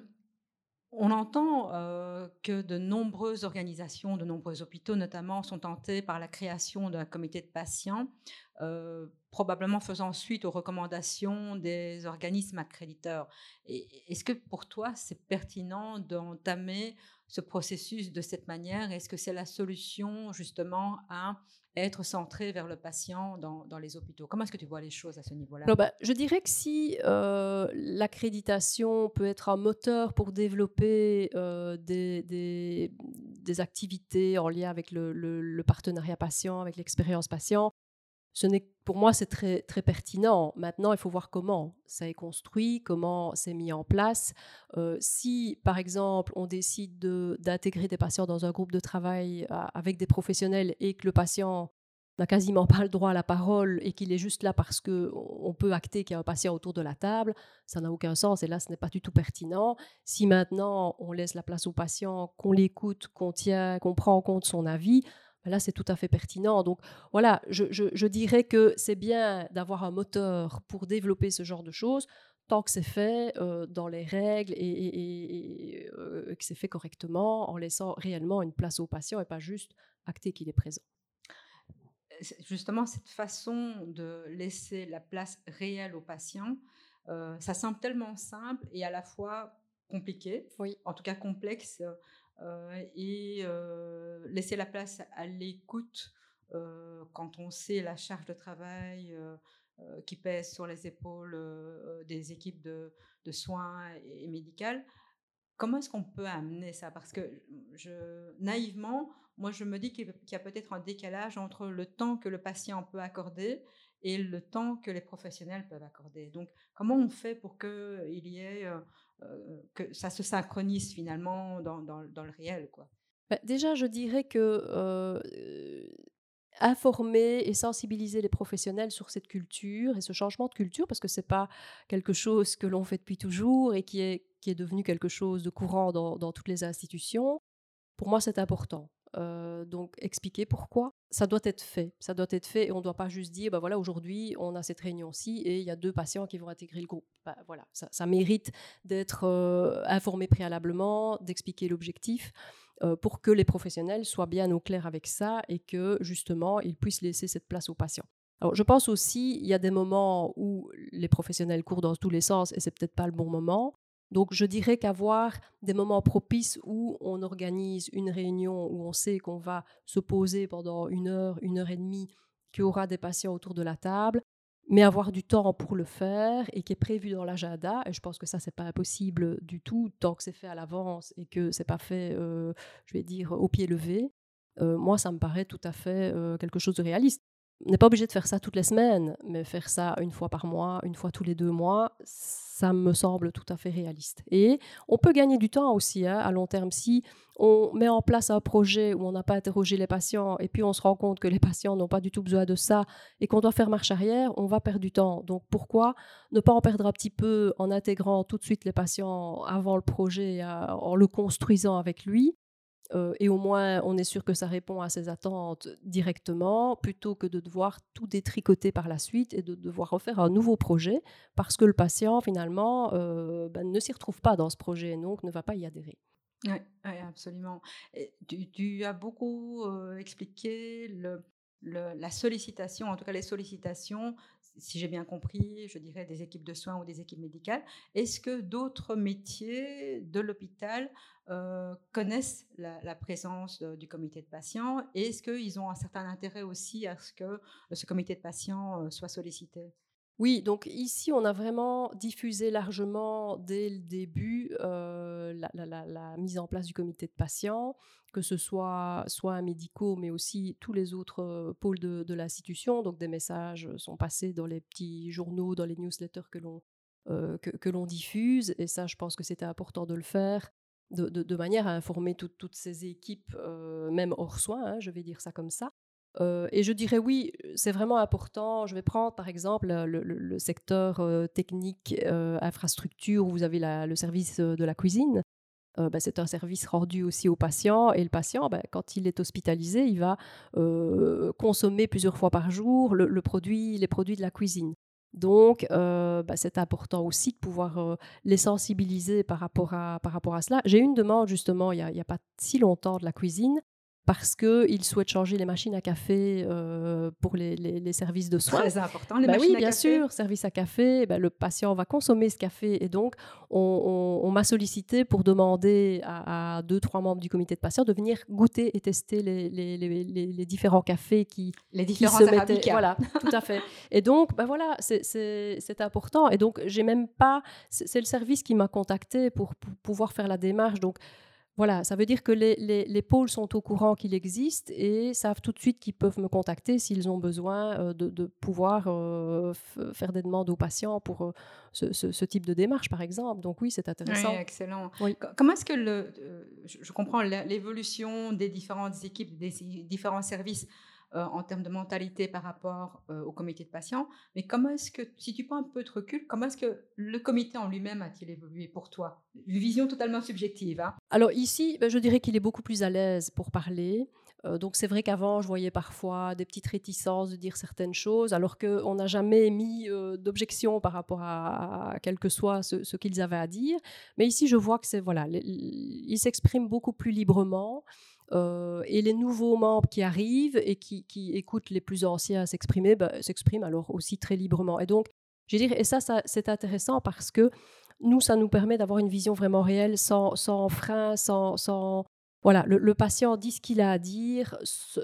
On entend euh, que de nombreuses organisations, de nombreux hôpitaux notamment, sont tentés par la création d'un comité de patients, euh, probablement faisant suite aux recommandations des organismes accréditeurs. Et est-ce que pour toi, c'est pertinent d'entamer ce processus de cette manière? Est-ce que c'est la solution justement à être centré vers le patient dans, dans les hôpitaux? Comment est-ce que tu vois les choses à ce niveau-là? Alors, bah, je dirais que si euh, l'accréditation peut être un moteur pour développer euh, des, des- des activités en lien avec le, le- le partenariat patient, avec l'expérience patient, ce n'est, pour moi, c'est très, très pertinent. Maintenant, il faut voir comment ça est construit, comment c'est mis en place. Euh, si, par exemple, on décide de- d'intégrer des patients dans un groupe de travail euh, avec des professionnels et que le patient n'a quasiment pas le droit à la parole et qu'il est juste là parce qu'on peut acter qu'il y a un patient autour de la table, ça n'a aucun sens et là, ce n'est pas du tout pertinent. Si maintenant, on laisse la place au patient, qu'on l'écoute, qu'on tient, qu'on prend en compte son avis, ben là, c'est tout à fait pertinent. Donc voilà, je, je, je dirais que c'est bien d'avoir un moteur pour développer ce genre de choses, tant que c'est fait euh, dans les règles et, et, et, et euh, que c'est fait correctement, en laissant réellement une place au patient et pas juste acter qu'il est présent. Justement, cette façon de laisser la place réelle au patient, euh, ça semble tellement simple et à la fois compliqué, Oui. en tout cas complexe, euh, et euh, laisser la place à l'écoute euh, quand on sait la charge de travail euh, euh, qui pèse sur les épaules euh, des équipes de, de soins et, et médicales. Comment est-ce qu'on peut amener ça? Parce que je, naïvement, moi, je me dis qu'il y a peut-être un décalage entre le temps que le patient peut accorder et le temps que les professionnels peuvent accorder. Donc, comment on fait pour que il y ait, euh, euh, que ça se synchronise finalement dans, dans, dans le réel, quoi? Bah, déjà, je dirais que euh, informer et sensibiliser les professionnels sur cette culture et ce changement de culture, parce que ce n'est pas quelque chose que l'on fait depuis toujours et qui est, qui est devenu quelque chose de courant dans, dans toutes les institutions, pour moi, c'est important. Euh, donc, expliquer pourquoi ça doit être fait. Ça doit être fait et on ne doit pas juste dire, bah voilà, aujourd'hui, on a cette réunion-ci et il y a deux patients qui vont intégrer le groupe. Bah, voilà, ça, ça mérite d'être euh, informé préalablement, d'expliquer l'objectif euh, pour que les professionnels soient bien au clair avec ça et que, justement, ils puissent laisser cette place aux patients. Alors, je pense aussi, il y a des moments où les professionnels courent dans tous les sens et c'est peut-être pas le bon moment. Donc, je dirais qu'avoir des moments propices où on organise une réunion, où on sait qu'on va se poser pendant une heure, une heure et demie, qu'il y aura des patients autour de la table, mais avoir du temps pour le faire et qui est prévu dans l'agenda. Et je pense que ça, c'est pas impossible du tout, tant que c'est fait à l'avance et que c'est pas fait, euh, je vais dire, au pied levé. Euh, moi, ça me paraît tout à fait euh, quelque chose de réaliste. On n'est pas obligé de faire ça toutes les semaines, mais faire ça une fois par mois, une fois tous les deux mois, ça me semble tout à fait réaliste. Et on peut gagner du temps aussi hein, à long terme. Si on met en place un projet où on n'a pas interrogé les patients et puis on se rend compte que les patients n'ont pas du tout besoin de ça et qu'on doit faire marche arrière, on va perdre du temps. Donc pourquoi ne pas en perdre un petit peu en intégrant tout de suite les patients avant le projet, en le construisant avec lui euh, et au moins on est sûr que ça répond à ses attentes directement, plutôt que de devoir tout détricoter par la suite et de devoir refaire un nouveau projet parce que le patient finalement euh, ben, ne s'y retrouve pas dans ce projet et donc ne va pas y adhérer. Oui, ouais, absolument. Et tu, tu as beaucoup euh, expliqué le, le- la sollicitation, en tout cas les sollicitations, si j'ai bien compris, je dirais des équipes de soins ou des équipes médicales. Est-ce que d'autres métiers de l'hôpital euh, connaissent la, la présence de- du comité de patients? Et est-ce qu'ils ont un certain intérêt aussi à ce que ce comité de patients euh, soit sollicité? Oui, donc ici, on a vraiment diffusé largement dès le début euh, la, la- la- la mise en place du comité de patients, que ce soit soins médicaux, mais aussi tous les autres euh, pôles de, de l'institution. Donc des messages sont passés dans les petits journaux, dans les newsletters que l'on euh, que, que l'on diffuse. Et ça, je pense que c'était important de le faire, de, de- de manière à informer tout- toutes ces équipes, euh, même hors soins, hein, je vais dire ça comme ça. Euh, et je dirais oui, c'est vraiment important. Je vais prendre par exemple le, le- le secteur euh, technique, euh, infrastructure, où vous avez la- le service euh, de la cuisine. Euh, ben, c'est un service rendu aussi aux patients. Et le patient, ben, quand il est hospitalisé, il va euh, consommer plusieurs fois par jour le, le produit, les produits de la cuisine. Donc, euh, ben, c'est important aussi de pouvoir euh, les sensibiliser par rapport à, par rapport à cela. J'ai eu une demande justement il n'y a, a pas si longtemps de la cuisine parce qu'ils souhaitent changer les machines à café euh, pour les, les, les services de soins. Très important, les Ben machines oui, à bien café. sûr, service à café, ben le patient va consommer ce café et donc on, on, on m'a sollicité pour demander à, à deux, trois membres du comité de patients de venir goûter et tester les, les, les, les, les différents cafés qui, Les qui différents se mettaient. arabicas. Voilà, tout à fait. Et donc, ben voilà, c'est, c'est, c'est important. Et donc, j'ai même pas. C'est, c'est le service qui m'a contacté pour, pour pouvoir faire la démarche. Donc, voilà, ça veut dire que les, les, les pôles sont au courant qu'il existe et savent tout de suite qu'ils peuvent me contacter s'ils ont besoin euh, de, de pouvoir euh, f- faire des demandes aux patients pour euh, ce, ce- ce type de démarche, par exemple. Donc oui, c'est Oui, intéressant. excellent. Oui. Co- Comment est-ce que le, euh, je, je comprends la- l'évolution des différentes équipes, des i- différents services euh, en termes de mentalité par rapport euh, au comité de patients. Mais comment est-ce que, si tu prends un peu de recul, comment est-ce que le comité en lui-même a-t-il évolué pour toi? Une vision totalement subjective, hein. Alors ici, ben, je dirais qu'il est beaucoup plus à l'aise pour parler. Euh, donc c'est vrai qu'avant, je voyais parfois des petites réticences de dire certaines choses, alors qu'on n'a jamais mis euh, d'objection par rapport à, à quel que soit ce, ce qu'ils avaient à dire. Mais ici, je vois que c'est voilà, les- ils s'expriment beaucoup plus librement. Euh, et les nouveaux membres qui arrivent et qui, qui écoutent les plus anciens s'exprimer, ben, s'expriment alors aussi très librement. Et donc, je veux dire, et ça, ça c'est intéressant parce que nous, ça nous permet d'avoir une vision vraiment réelle, sans, sans frein, sans, sans... Voilà, le, le patient dit ce qu'il a à dire, ce,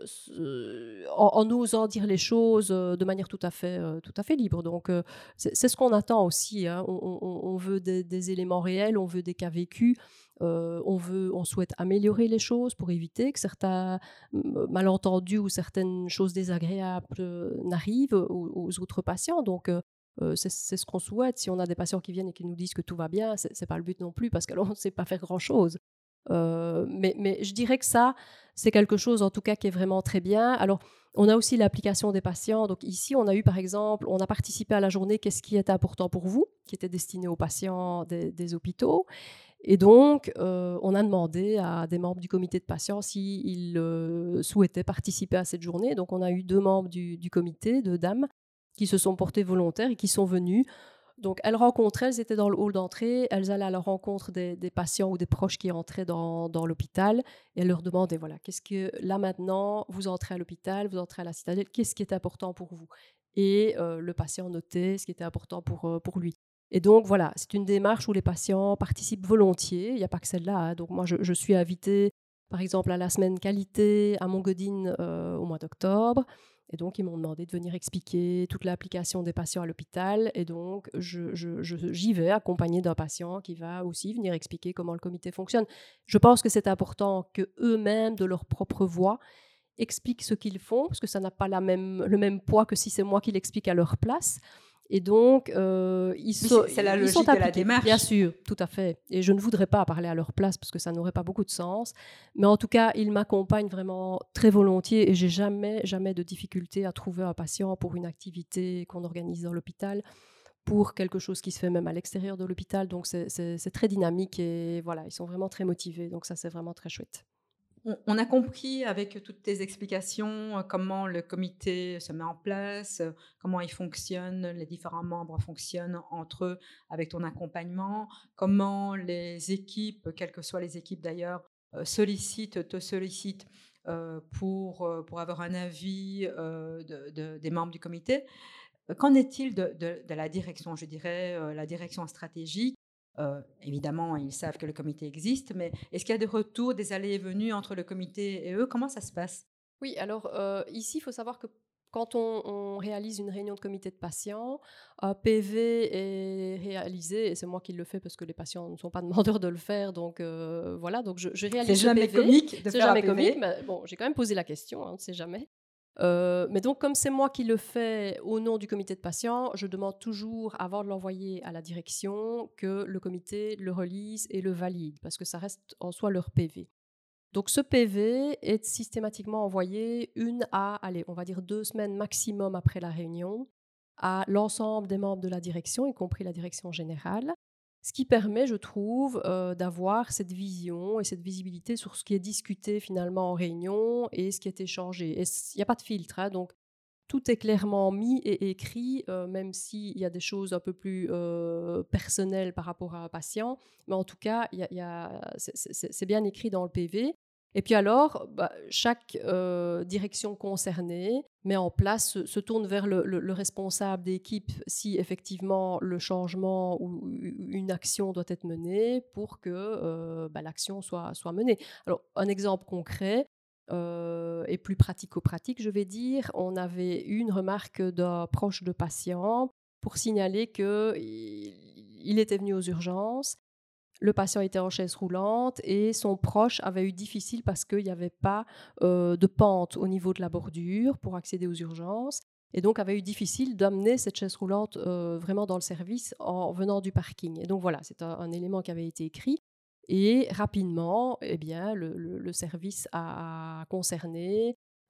ce, en, en osant dire les choses euh, de manière tout à fait, euh, tout à fait libre. Donc, euh, c'est, c'est ce qu'on attend aussi, hein. On, on, on veut des, des éléments réels, on veut des cas vécus, euh, on, veut, on souhaite améliorer les choses pour éviter que certains euh, malentendus ou certaines choses désagréables euh, n'arrivent aux, aux autres patients. Donc, euh, euh, c'est, c'est ce qu'on souhaite. Si on a des patients qui viennent et qui nous disent que tout va bien, c'est, c'est pas le but non plus, parce qu'alors on ne sait pas faire grand-chose. Euh, mais, mais je dirais que ça, c'est quelque chose en tout cas qui est vraiment très bien. Alors, on a aussi l'application des patients. Donc ici, on a eu par exemple, on a participé à la journée Qu'est-ce qui est important pour vous, qui était destinée aux patients des, des hôpitaux. Et donc, euh, on a demandé à des membres du comité de patients s'ils euh, souhaitaient participer à cette journée. Donc, on a eu deux membres du, du comité, deux dames, qui se sont portées volontaires et qui sont venues. Donc, elles rencontraient, elles étaient dans le hall d'entrée, elles allaient à la rencontre des, des patients ou des proches qui entraient dans, dans l'hôpital et elles leur demandaient, voilà, qu'est-ce que, là maintenant, vous entrez à l'hôpital, vous entrez à la citadelle, qu'est-ce qui est important pour vous? Et euh, le patient notait ce qui était important pour, euh, pour lui. Et donc, voilà, c'est une démarche où les patients participent volontiers, il n'y a pas que celle-là, hein. Donc, moi, je, je suis invitée, par exemple, à la semaine qualité à Montgodine euh, au mois d'octobre. Et donc, ils m'ont demandé de venir expliquer toute l'application des patients à l'hôpital. Et donc, je, je, je, j'y vais accompagnée d'un patient qui va aussi venir expliquer comment le comité fonctionne. Je pense que c'est important qu'eux-mêmes, de leur propre voix, expliquent ce qu'ils font, parce que ça n'a pas la même, le même poids que si c'est moi qui l'explique à leur place. Et donc, euh, ils, Oui, so- c'est c'est la ils sont logique de la impliqués, bien démarche. sûr, tout à fait. Et je ne voudrais pas parler à leur place parce que ça n'aurait pas beaucoup de sens. Mais en tout cas, ils m'accompagnent vraiment très volontiers et j'ai jamais, jamais de difficulté à trouver un patient pour une activité qu'on organise dans l'hôpital, pour quelque chose qui se fait même à l'extérieur de l'hôpital. Donc, c'est, c'est, c'est très dynamique et voilà, ils sont vraiment très motivés. Donc, ça, c'est vraiment très chouette. On, on a compris avec toutes tes explications euh, comment le comité se met en place, euh, comment il fonctionne, les différents membres fonctionnent entre eux avec ton accompagnement, comment les équipes, quelles que soient les équipes d'ailleurs, euh, sollicitent, te sollicitent euh, pour, euh, pour avoir un avis euh, de- de- des membres du comité. Euh, Qu'en est-il de, de- de la direction, je dirais, euh, la direction stratégique? Euh, évidemment, ils savent que le comité existe, mais est-ce qu'il y a des retours, des allées et venues entre le comité et eux? Comment ça se passe? Oui, alors euh, ici, il faut savoir que quand on, on réalise une réunion de comité de patients, un P V est réalisé, et c'est moi qui le fais parce que les patients ne sont pas demandeurs de le faire, donc euh, voilà, donc je, je C'est réalise ce jamais P V. comique de C'est faire un jamais comique, P V. mais bon, j'ai quand même posé la question, hein, on ne sait jamais. Euh, mais donc, comme c'est moi qui le fais au nom du comité de patients, je demande toujours, avant de l'envoyer à la direction, que le comité le relise et le valide, parce que ça reste en soi leur P V. Donc ce P V est systématiquement envoyé une à, allez, on va dire deux semaines maximum après la réunion à l'ensemble des membres de la direction, y compris la direction générale, ce qui permet, je trouve, euh, d'avoir cette vision et cette visibilité sur ce qui est discuté finalement en réunion et ce qui est échangé. Et il n'y a pas de filtre, hein, donc tout est clairement mis et écrit, euh, même s'il y a des choses un peu plus euh, personnelles par rapport à un patient. Mais en tout cas, y a, y a, c'est, c'est, c'est bien écrit dans le P V. Et puis alors, bah, chaque euh, direction concernée met en place, se, se tourne vers le, le, le responsable d'équipe si effectivement le changement ou une action doit être menée pour que euh, bah, l'action soit, soit menée. Alors, un exemple concret, euh, et plus pratico-pratique, je vais dire, on avait eu une remarque d'un proche de patient pour signaler qu'il il était venu aux urgences. Le patient était en chaise roulante et son proche avait eu difficile parce qu'il n'y avait pas euh, de pente au niveau de la bordure pour accéder aux urgences. Et donc avait eu difficile d'amener cette chaise roulante euh, vraiment dans le service en venant du parking. Et donc voilà, c'est un, un élément qui avait été écrit. Et rapidement, eh bien, le, le, le service a, a concerné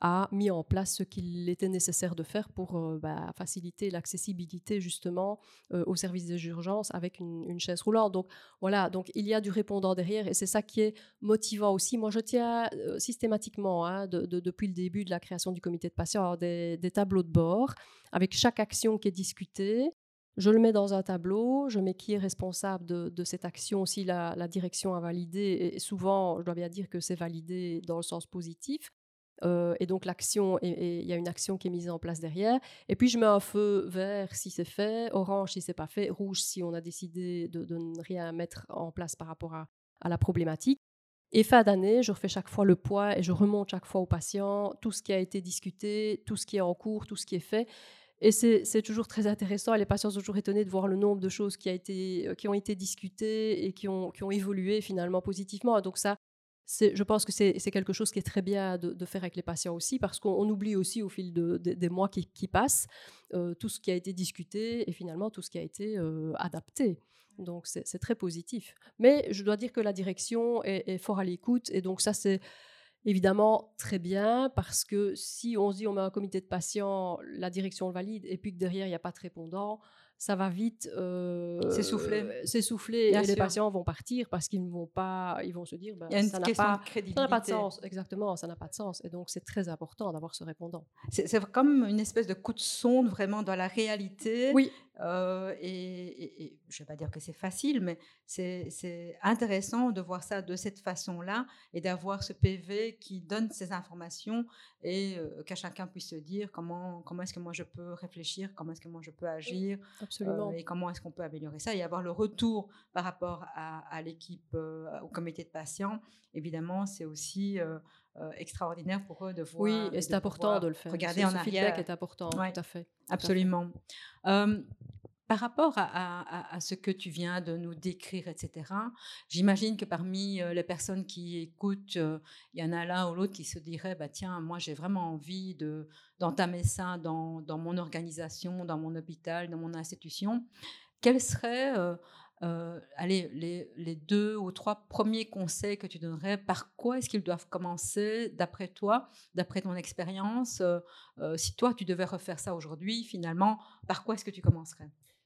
a mis en place ce qu'il était nécessaire de faire pour euh, bah, faciliter l'accessibilité justement euh, aux services des urgences avec une, une chaise roulante. Donc voilà, donc il y a du répondant derrière et c'est ça qui est motivant aussi. Moi, je tiens euh, systématiquement, hein, de, de- depuis le début de la création du comité de patients, à avoir des, des tableaux de bord avec chaque action qui est discutée. Je le mets dans un tableau, je mets qui est responsable de, de cette action si la, la direction a validé. Et souvent, je dois bien dire que c'est validé dans le sens positif. Euh, et donc l'action, il y a une action qui est mise en place derrière. Et puis je mets un feu vert si c'est fait, orange si c'est pas fait, rouge si on a décidé de, de ne rien mettre en place par rapport à, à la problématique. Et fin d'année, je refais chaque fois le poids et je remonte chaque fois au patient tout ce qui a été discuté, tout ce qui est en cours, tout ce qui est fait. Et c'est, c'est toujours très intéressant. Et les patients sont toujours étonnés de voir le nombre de choses qui, a été, euh, qui ont été discutées et qui ont, qui ont évolué finalement positivement. Et donc ça, c'est, je pense que c'est, c'est quelque chose qui est très bien de, de faire avec les patients aussi, parce qu'on on oublie aussi au fil de, de- des mois qui, qui passent euh, tout ce qui a été discuté et finalement tout ce qui a été euh, adapté. Donc c'est, c'est très positif. Mais je dois dire que la direction est, est fort à l'écoute et donc ça c'est évidemment très bien parce que si on se dit on met un comité de patients, la direction le valide et puis que derrière il n'y a pas de répondant, ça va vite C'est soufflé, euh, s'essouffler bien et les sûr. patients vont partir parce qu'ils ne vont pas, ils vont se dire ben, Il y a une ça n'a question de pas, ça n'a pas de crédibilité. sens, exactement, ça n'a pas de sens et donc c'est très important d'avoir ce répondant. C'est c'est comme une espèce de coup de sonde vraiment dans la réalité. Oui, euh, et, et- et je ne vais pas dire que c'est facile, mais c'est c'est intéressant de voir ça de cette façon-là et d'avoir ce P V qui donne ces informations et euh, qu'à chacun puisse se dire comment, comment est-ce que moi je peux réfléchir, comment est-ce que moi je peux agir euh, absolument. et comment est-ce qu'on peut améliorer ça et avoir le retour par rapport à, à l'équipe, euh, au comité de patients. Évidemment, c'est aussi euh, euh, extraordinaire pour eux de Oui, voir et et c'est de important de pouvoir le faire. regarder Ce, en ce feedback arrière. est important, Oui, tout à fait, tout à fait. absolument. Euh, par rapport à, à- à ce que tu viens de nous décrire, et cetera, j'imagine que parmi euh, les personnes qui écoutent, euh, il y en a l'un ou l'autre qui se dirait, bah, tiens, moi j'ai vraiment envie de, d'entamer ça dans, dans mon organisation, dans mon hôpital, dans mon institution. Quels seraient euh, euh, allez, les, les deux ou trois premiers conseils que tu donnerais? Par quoi est-ce qu'ils doivent commencer, d'après toi, d'après ton expérience? euh, euh, Si toi, tu devais refaire ça aujourd'hui, finalement, par quoi est-ce que tu commencerais?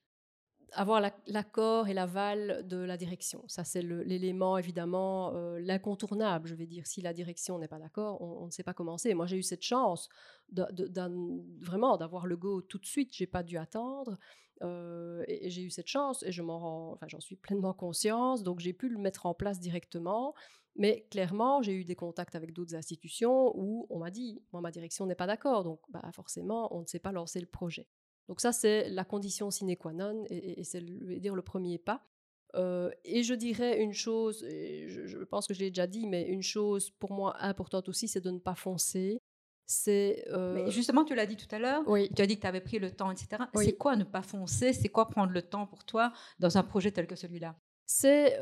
Avoir la- l'accord et l'aval de la direction. Ça, c'est le- l'élément, évidemment, euh, l'incontournable. Je vais dire, si la direction n'est pas d'accord, on, on ne sait pas commencer. Moi, j'ai eu cette chance de, de- d'un- vraiment d'avoir le go tout de suite. J'ai pas dû attendre. euh, et, et j'ai eu cette chance et je m'en rends, enfin, j'en suis pleinement consciente. Donc, j'ai pu le mettre en place directement. Mais clairement, j'ai eu des contacts avec d'autres institutions où on m'a dit, moi, ma direction n'est pas d'accord. Donc, bah, forcément, on ne sait pas lancer le projet. Donc ça, c'est la condition sine qua non et, et- et c'est le, je vais dire le premier pas. Euh, et je dirais une chose, et je, je pense que je l'ai déjà dit, mais une chose pour moi importante aussi, c'est de ne pas foncer. C'est Mais euh, justement, tu l'as dit tout à l'heure, oui, tu as dit que tu avais pris le temps, et cetera. C'est oui, quoi ne pas foncer? C'est quoi prendre le temps pour toi dans un projet tel que celui-là? c'est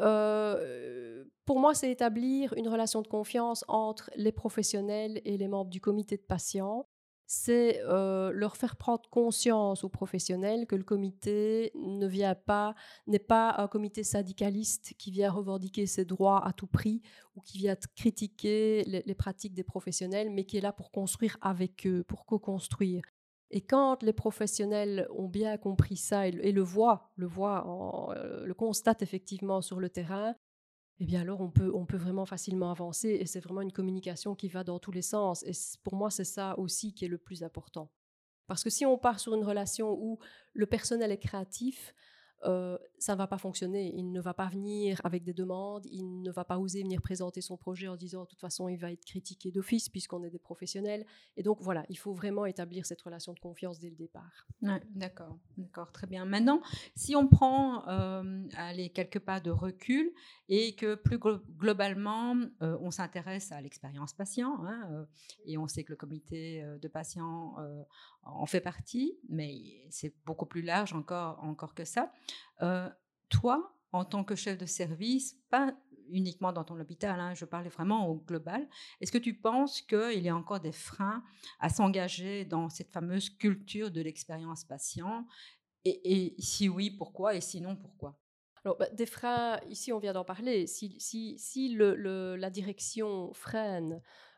euh, pour moi, c'est établir une relation de confiance entre les professionnels et les membres du comité de patients. C'est euh, leur faire prendre conscience aux professionnels que le comité ne vient pas, n'est pas un comité syndicaliste qui vient revendiquer ses droits à tout prix ou qui vient critiquer les, les pratiques des professionnels, mais qui est là pour construire avec eux, pour co-construire. Et quand les professionnels ont bien compris ça et, le et le voient, le, voient en- euh, le constatent effectivement sur le terrain, eh bien alors on peut, on peut vraiment facilement avancer et c'est vraiment une communication qui va dans tous les sens. Et c- pour moi, c'est ça aussi qui est le plus important. Parce que si on part sur une relation où le personnel est créatif, euh, ça ne va pas fonctionner. Il ne va pas venir avec des demandes, il ne va pas oser venir présenter son projet en disant de toute façon il va être critiqué d'office puisqu'on est des professionnels. Et donc voilà, il faut vraiment établir cette relation de confiance dès le départ. Ouais, d'accord, d'accord, très bien. Maintenant, si on prend euh, allez, quelques pas de recul et que plus glo- globalement, euh, on s'intéresse à l'expérience patient, hein, euh, et on sait que le comité euh, de patients euh, en fait partie, mais c'est beaucoup plus large encore, encore que ça. Euh, Toi, en tant que chef de service, pas uniquement dans ton hôpital, hein, je parlais vraiment au global, est-ce que tu penses qu'il y a encore des freins à s'engager dans cette fameuse culture de l'expérience patient? Et, et si oui, pourquoi? Et sinon, pourquoi? Alors, bah, des freins, ici on vient d'en parler, si, si, si le, le- la direction freine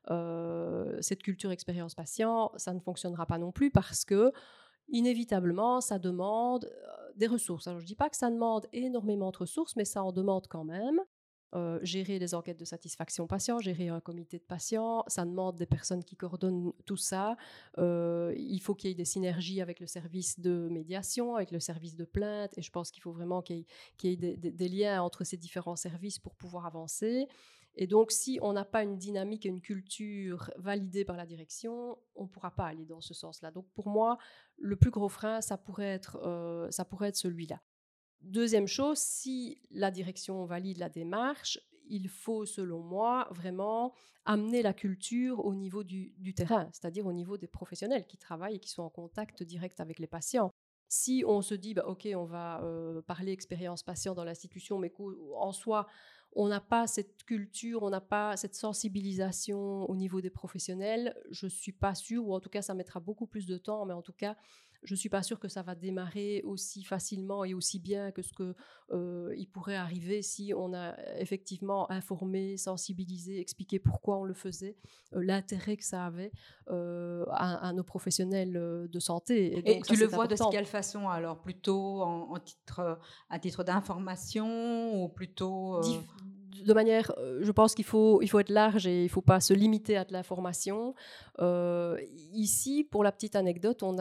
euh, cette culture expérience patient, ça ne fonctionnera pas non plus parce que inévitablement, ça demande euh, des ressources. Alors, je ne dis pas que ça demande énormément de ressources, mais ça en demande quand même. Euh, gérer les enquêtes de satisfaction patient, gérer un comité de patients, ça demande des personnes qui coordonnent tout ça. Euh, il faut qu'il y ait des synergies avec le service de médiation, avec le service de plainte, et je pense qu'il faut vraiment qu'il y ait, qu'il y ait des, des, des liens entre ces différents services pour pouvoir avancer. Et donc, si on n'a pas une dynamique et une culture validée par la direction, on ne pourra pas aller dans ce sens-là. Donc, pour moi, le plus gros frein, ça pourrait être, euh, ça pourrait être celui-là. Deuxième chose, si la direction valide la démarche, il faut, selon moi, vraiment amener la culture au niveau du, du terrain, c'est-à-dire au niveau des professionnels qui travaillent et qui sont en contact direct avec les patients. Si on se dit, bah, OK, on va euh, parler expérience patient dans l'institution, mais qu'en soi, on n'a pas cette culture, on n'a pas cette sensibilisation au niveau des professionnels, je ne suis pas sûre, ou en tout cas, ça mettra beaucoup plus de temps, mais en tout cas, je ne suis pas sûre que ça va démarrer aussi facilement et aussi bien que ce qu'il euh, pourrait arriver si on a effectivement informé, sensibilisé, expliqué pourquoi on le faisait, euh, l'intérêt que ça avait euh, à, à nos professionnels euh, de santé. Et, Et donc, tu ça, le c'est vois de important. quelle façon alors? Plutôt en, en titre, à titre d'information ou plutôt… euh, De manière, euh, je pense qu'il faut, il faut être large et il ne faut pas se limiter à de l'information. Euh, ici, pour la petite anecdote, on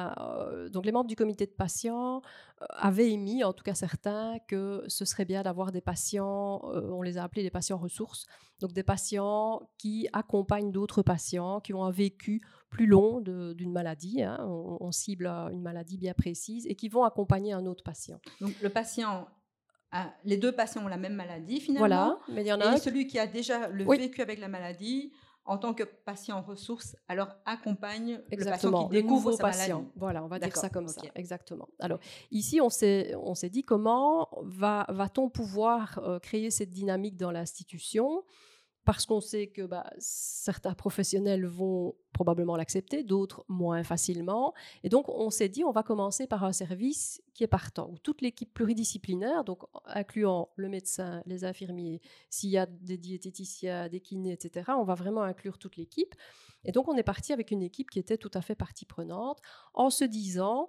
a euh, donc les membres du comité de patients euh, avaient émis, en tout cas certains, que ce serait bien d'avoir des patients, euh, on les a appelés des patients ressources, donc des patients qui accompagnent d'autres patients qui ont un vécu plus long de, d'une maladie, hein, on, on cible une maladie bien précise, et qui vont accompagner un autre patient. Donc le patient… Ah, les deux patients ont la même maladie finalement, Voilà, mais il y en a et un celui qui a déjà le oui, vécu avec la maladie, en tant que patient ressource, alors accompagne le patient qui exactement, le découvre nouveau sa maladie. patient. Voilà, on va dire D'accord, ça comme ok. ça, exactement. Alors, ici, on s'est, on s'est dit comment va, va-t-on pouvoir euh, créer cette dynamique dans l'institution, parce qu'on sait que bah, certains professionnels vont probablement l'accepter, d'autres moins facilement. Et donc, on s'est dit, on va commencer par un service qui est partant, où toute l'équipe pluridisciplinaire, donc incluant le médecin, les infirmiers, s'il y a des diététiciens, des kinés, et cetera, on va vraiment inclure toute l'équipe. Et donc, on est parti avec une équipe qui était tout à fait partie prenante, en se disant,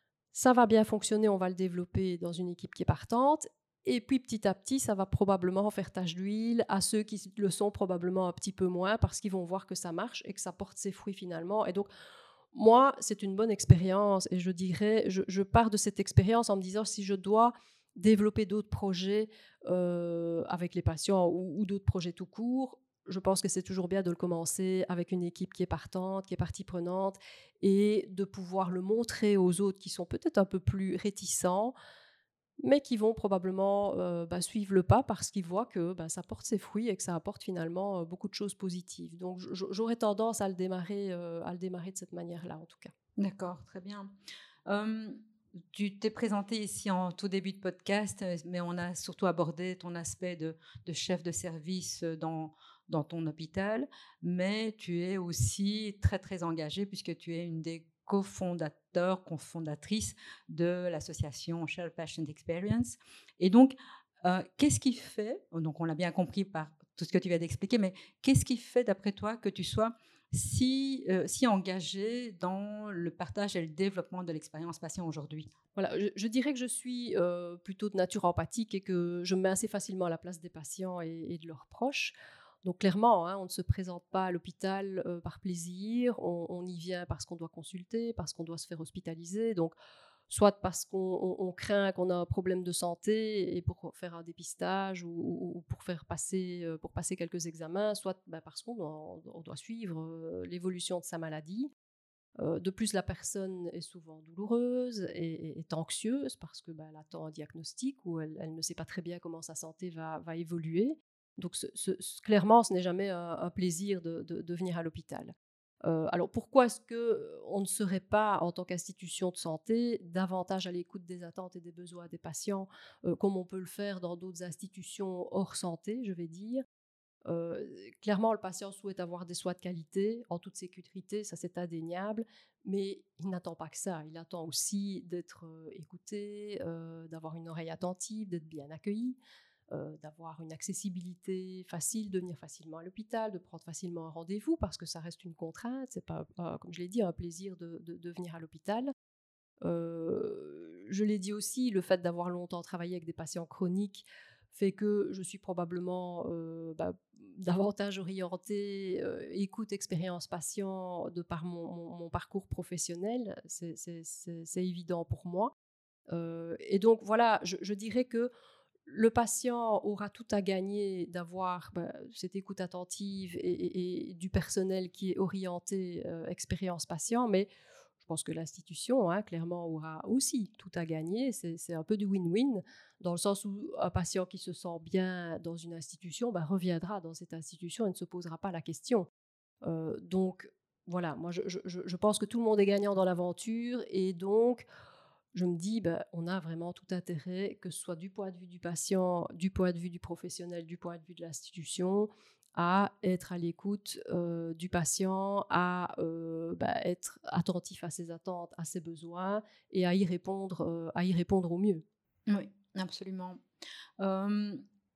ça va bien fonctionner, on va le développer dans une équipe qui est partante. Et puis petit à petit, ça va probablement faire tache d'huile à ceux qui le sont probablement un petit peu moins parce qu'ils vont voir que ça marche et que ça porte ses fruits finalement. Et donc, moi, c'est une bonne expérience et je dirais, je, je pars de cette expérience en me disant si je dois développer d'autres projets euh, avec les patients ou, ou d'autres projets tout court, je pense que c'est toujours bien de le commencer avec une équipe qui est partante, qui est partie prenante et de pouvoir le montrer aux autres qui sont peut-être un peu plus réticents, mais qui vont probablement euh, bah, suivre le pas parce qu'ils voient que bah, ça porte ses fruits et que ça apporte finalement euh, beaucoup de choses positives. Donc j'aurais tendance à le démarrer, euh, à le démarrer de cette manière-là en tout cas. D'accord, très bien. Euh, tu t'es présenté ici en tout début de podcast, mais on a surtout abordé ton aspect de, de chef de service dans, dans ton hôpital, mais tu es aussi très très engagée puisque tu es une des cofondateurs, cofondatrices de l'association Share Patient Experience. Et donc, euh, qu'est-ce qui fait, donc on l'a bien compris par tout ce que tu viens d'expliquer, mais qu'est-ce qui fait d'après toi que tu sois si, euh, si engagé dans le partage et le développement de l'expérience patient aujourd'hui? Voilà, je, je dirais que je suis euh, plutôt de nature empathique et que je me mets assez facilement à la place des patients et, et de leurs proches. Donc clairement, hein, on ne se présente pas à l'hôpital euh, par plaisir, on, on y vient parce qu'on doit consulter, parce qu'on doit se faire hospitaliser, donc soit parce qu'on on, on craint qu'on a un problème de santé et pour faire un dépistage ou, ou pour faire passer, euh, pour passer quelques examens, soit ben, parce qu'on doit, on doit suivre euh, l'évolution de sa maladie. Euh, de plus, la personne est souvent douloureuse et, et est anxieuse parce que bah, elle attend un diagnostic ou elle, elle ne sait pas très bien comment sa santé va, va évoluer. Donc, ce, ce, ce, clairement, ce n'est jamais un, un plaisir de, de, de venir à l'hôpital. Euh, alors, pourquoi est-ce qu'on ne serait pas, en tant qu'institution de santé, davantage à l'écoute des attentes et des besoins des patients, euh, comme on peut le faire dans d'autres institutions hors santé, je vais dire. Euh, clairement, le patient souhaite avoir des soins de qualité, en toute sécurité, ça c'est indéniable, mais il n'attend pas que ça. Il attend aussi d'être euh, écouté, euh, d'avoir une oreille attentive, d'être bien accueilli. euh, d'avoir une accessibilité facile, de venir facilement à l'hôpital, de prendre facilement un rendez-vous, parce que ça reste une contrainte. C'est pas, pas, comme je l'ai dit, un plaisir de, de, de venir à l'hôpital. Euh, je l'ai dit aussi, le fait d'avoir longtemps travaillé avec des patients chroniques fait que je suis probablement euh, bah, davantage orientée euh, écoute, expérience patient de par mon, mon, mon parcours professionnel. C'est, c'est, c'est, c'est évident pour moi. Euh, et donc voilà, je, je dirais que le patient aura tout à gagner d'avoir bah, cette écoute attentive et, et, et du personnel qui est orienté euh, expérience patient, mais je pense que l'institution, hein, clairement, aura aussi tout à gagner. C'est, c'est un peu du win-win, dans le sens où un patient qui se sent bien dans une institution bah, reviendra dans cette institution et ne se posera pas la question. Euh, donc, voilà, moi, je, je, je pense que tout le monde est gagnant dans l'aventure, et donc, je me dis, ben, on a vraiment tout intérêt, que ce soit du point de vue du patient, du point de vue du professionnel, du point de vue de l'institution, à être à l'écoute euh, du patient, à euh, ben, être attentif à ses attentes, à ses besoins, et à y répondre, euh, à y répondre au mieux. Oui, absolument. Euh,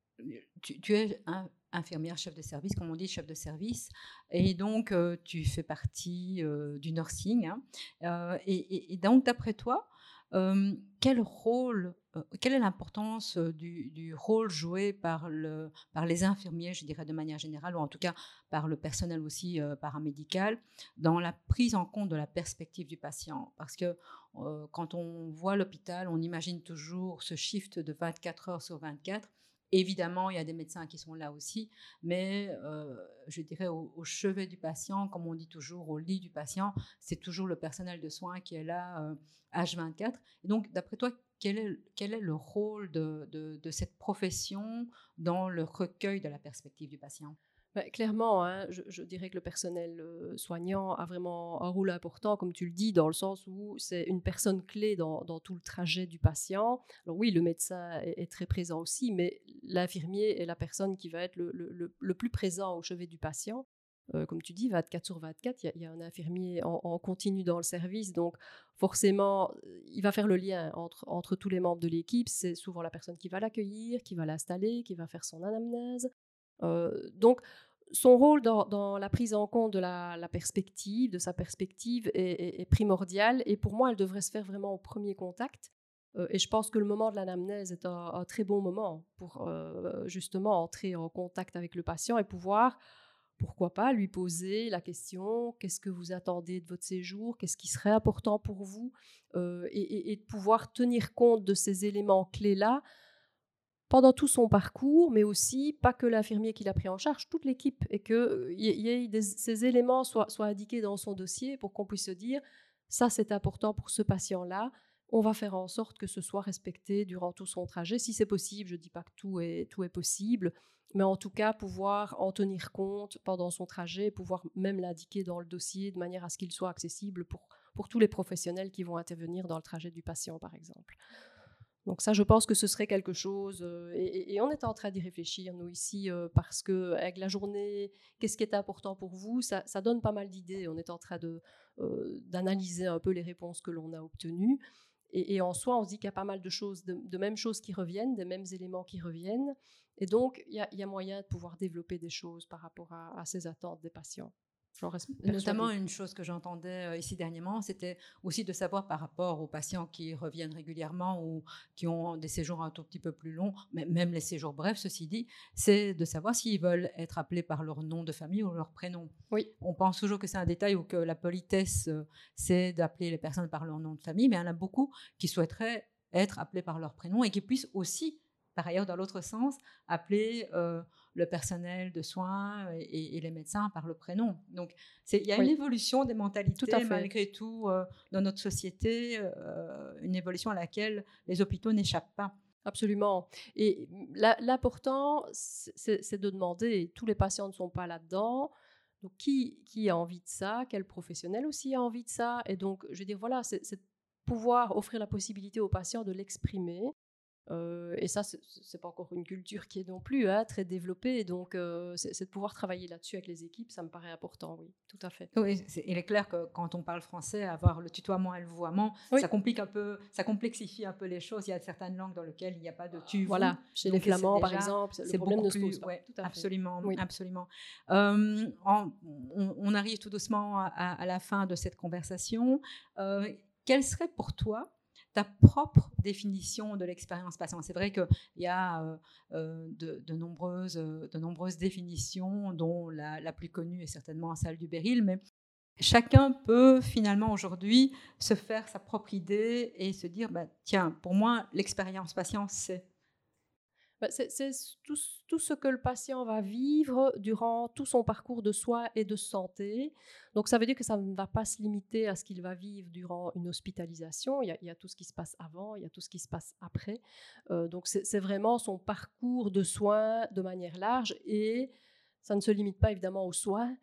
tu, tu es un, infirmière chef de service, comme on dit, chef de service, et donc euh, tu fais partie euh, du nursing. Hein, euh, et, et, et donc, d'après toi, euh, quel rôle, euh, quelle est l'importance euh, du, du rôle joué par, le, par les infirmiers, je dirais de manière générale, ou en tout cas par le personnel aussi euh, paramédical, dans la prise en compte de la perspective du patient? Parce que euh, quand on voit l'hôpital, on imagine toujours ce shift de vingt-quatre heures sur vingt-quatre. Évidemment, il y a des médecins qui sont là aussi, mais euh, je dirais au, au chevet du patient, comme on dit toujours, au lit du patient, c'est toujours le personnel de soins qui est là euh, H vingt-quatre. Et donc, d'après toi, quel est, quel est le rôle de, de, de cette profession dans le recueil de la perspective du patient? Ben, clairement, hein, je, je dirais que le personnel euh, soignant a vraiment un rôle important, comme tu le dis, dans le sens où c'est une personne clé dans, dans tout le trajet du patient. Alors oui, le médecin est, est très présent aussi, mais l'infirmier est la personne qui va être le, le, le, le plus présent au chevet du patient. Euh, comme tu dis, vingt-quatre sur vingt-quatre, il y, y a un infirmier en, en continu dans le service, donc forcément, il va faire le lien entre, entre tous les membres de l'équipe. C'est souvent la personne qui va l'accueillir, qui va l'installer, qui va faire son anamnèse. Euh, donc, son rôle dans, dans la prise en compte de la, la perspective, de sa perspective, est, est, est primordial. Et pour moi, elle devrait se faire vraiment au premier contact. Euh, et je pense que le moment de l'anamnèse est un, un très bon moment pour euh, justement entrer en contact avec le patient et pouvoir, pourquoi pas, lui poser la question: qu'est-ce que vous attendez de votre séjour? Qu'est-ce qui serait important pour vous? euh, et, et, et de pouvoir tenir compte de ces éléments clés-là pendant tout son parcours, mais aussi pas que l'infirmier qui l'a pris en charge, toute l'équipe, et que y, y ait des, ces éléments soient, soient indiqués dans son dossier pour qu'on puisse se dire: ça, c'est important pour ce patient-là, on va faire en sorte que ce soit respecté durant tout son trajet, si c'est possible. Je ne dis pas que tout est, tout est possible, mais en tout cas pouvoir en tenir compte pendant son trajet, pouvoir même l'indiquer dans le dossier de manière à ce qu'il soit accessible pour, pour tous les professionnels qui vont intervenir dans le trajet du patient, par exemple. Donc ça, je pense que ce serait quelque chose, euh, et, et on est en train d'y réfléchir, nous, ici, euh, parce qu'avec la journée, qu'est-ce qui est important pour vous, ça, ça donne pas mal d'idées. On est en train de, euh, d'analyser un peu les réponses que l'on a obtenues. Et, et en soi, on se dit qu'il y a pas mal de choses, de, de mêmes choses qui reviennent, des mêmes éléments qui reviennent. Et donc, il y a, y a moyen de pouvoir développer des choses par rapport à, à ces attentes des patients. Notamment, une chose que j'entendais ici dernièrement, c'était aussi de savoir par rapport aux patients qui reviennent régulièrement ou qui ont des séjours un tout petit peu plus longs, mais même les séjours brefs, ceci dit, c'est de savoir s'ils veulent être appelés par leur nom de famille ou leur prénom. Oui. On pense toujours que c'est un détail ou que la politesse, c'est d'appeler les personnes par leur nom de famille, mais il y en a beaucoup qui souhaiteraient être appelés par leur prénom et qui puissent aussi, par ailleurs, dans l'autre sens, appeler euh, le personnel de soins et, et les médecins par le prénom. Donc, il y a oui. une évolution des mentalités, tout malgré tout, euh, dans notre société, euh, une évolution à laquelle les hôpitaux n'échappent pas. Absolument. Et l'important, c'est de demander, tous les patients ne sont pas là-dedans, donc qui, qui a envie de ça? Quel professionnel aussi a envie de ça? Et donc, je veux dire, voilà, c'est pouvoir offrir la possibilité aux patients de l'exprimer, Euh, et ça, c'est, c'est pas encore une culture qui est non plus hein, très développée. Donc, euh, c'est, c'est de pouvoir travailler là-dessus avec les équipes, ça me paraît important, oui, tout à fait. Oui, c'est, il est clair que quand on parle français, avoir le tutoiement et le vouvoiement, oui. ça complique un peu, ça complexifie un peu les choses. Il y a certaines langues dans lesquelles il n'y a pas de tu, Voilà, vous. chez donc les Flamands, déjà, par exemple, le c'est problème beaucoup ne se plus, pose pas. ouais, Tout à absolument, fait. Oui. absolument. Euh, en, on, on arrive tout doucement à, à la fin de cette conversation. Euh, quelle serait pour toi ta propre définition de l'expérience patient? C'est vrai qu'il y a euh, euh, de, de, nombreuses, de nombreuses définitions, dont la, la plus connue est certainement celle du Beryl, mais chacun peut finalement aujourd'hui se faire sa propre idée et se dire bah, tiens, pour moi, l'expérience patient, c'est... C'est, c'est tout, tout ce que le patient va vivre durant tout son parcours de soins et de santé. Donc, ça veut dire que ça ne va pas se limiter à ce qu'il va vivre durant une hospitalisation. Il y a, il y a tout ce qui se passe avant, il y a tout ce qui se passe après. Euh, donc, c'est, c'est vraiment son parcours de soins de manière large et ça ne se limite pas évidemment aux soins.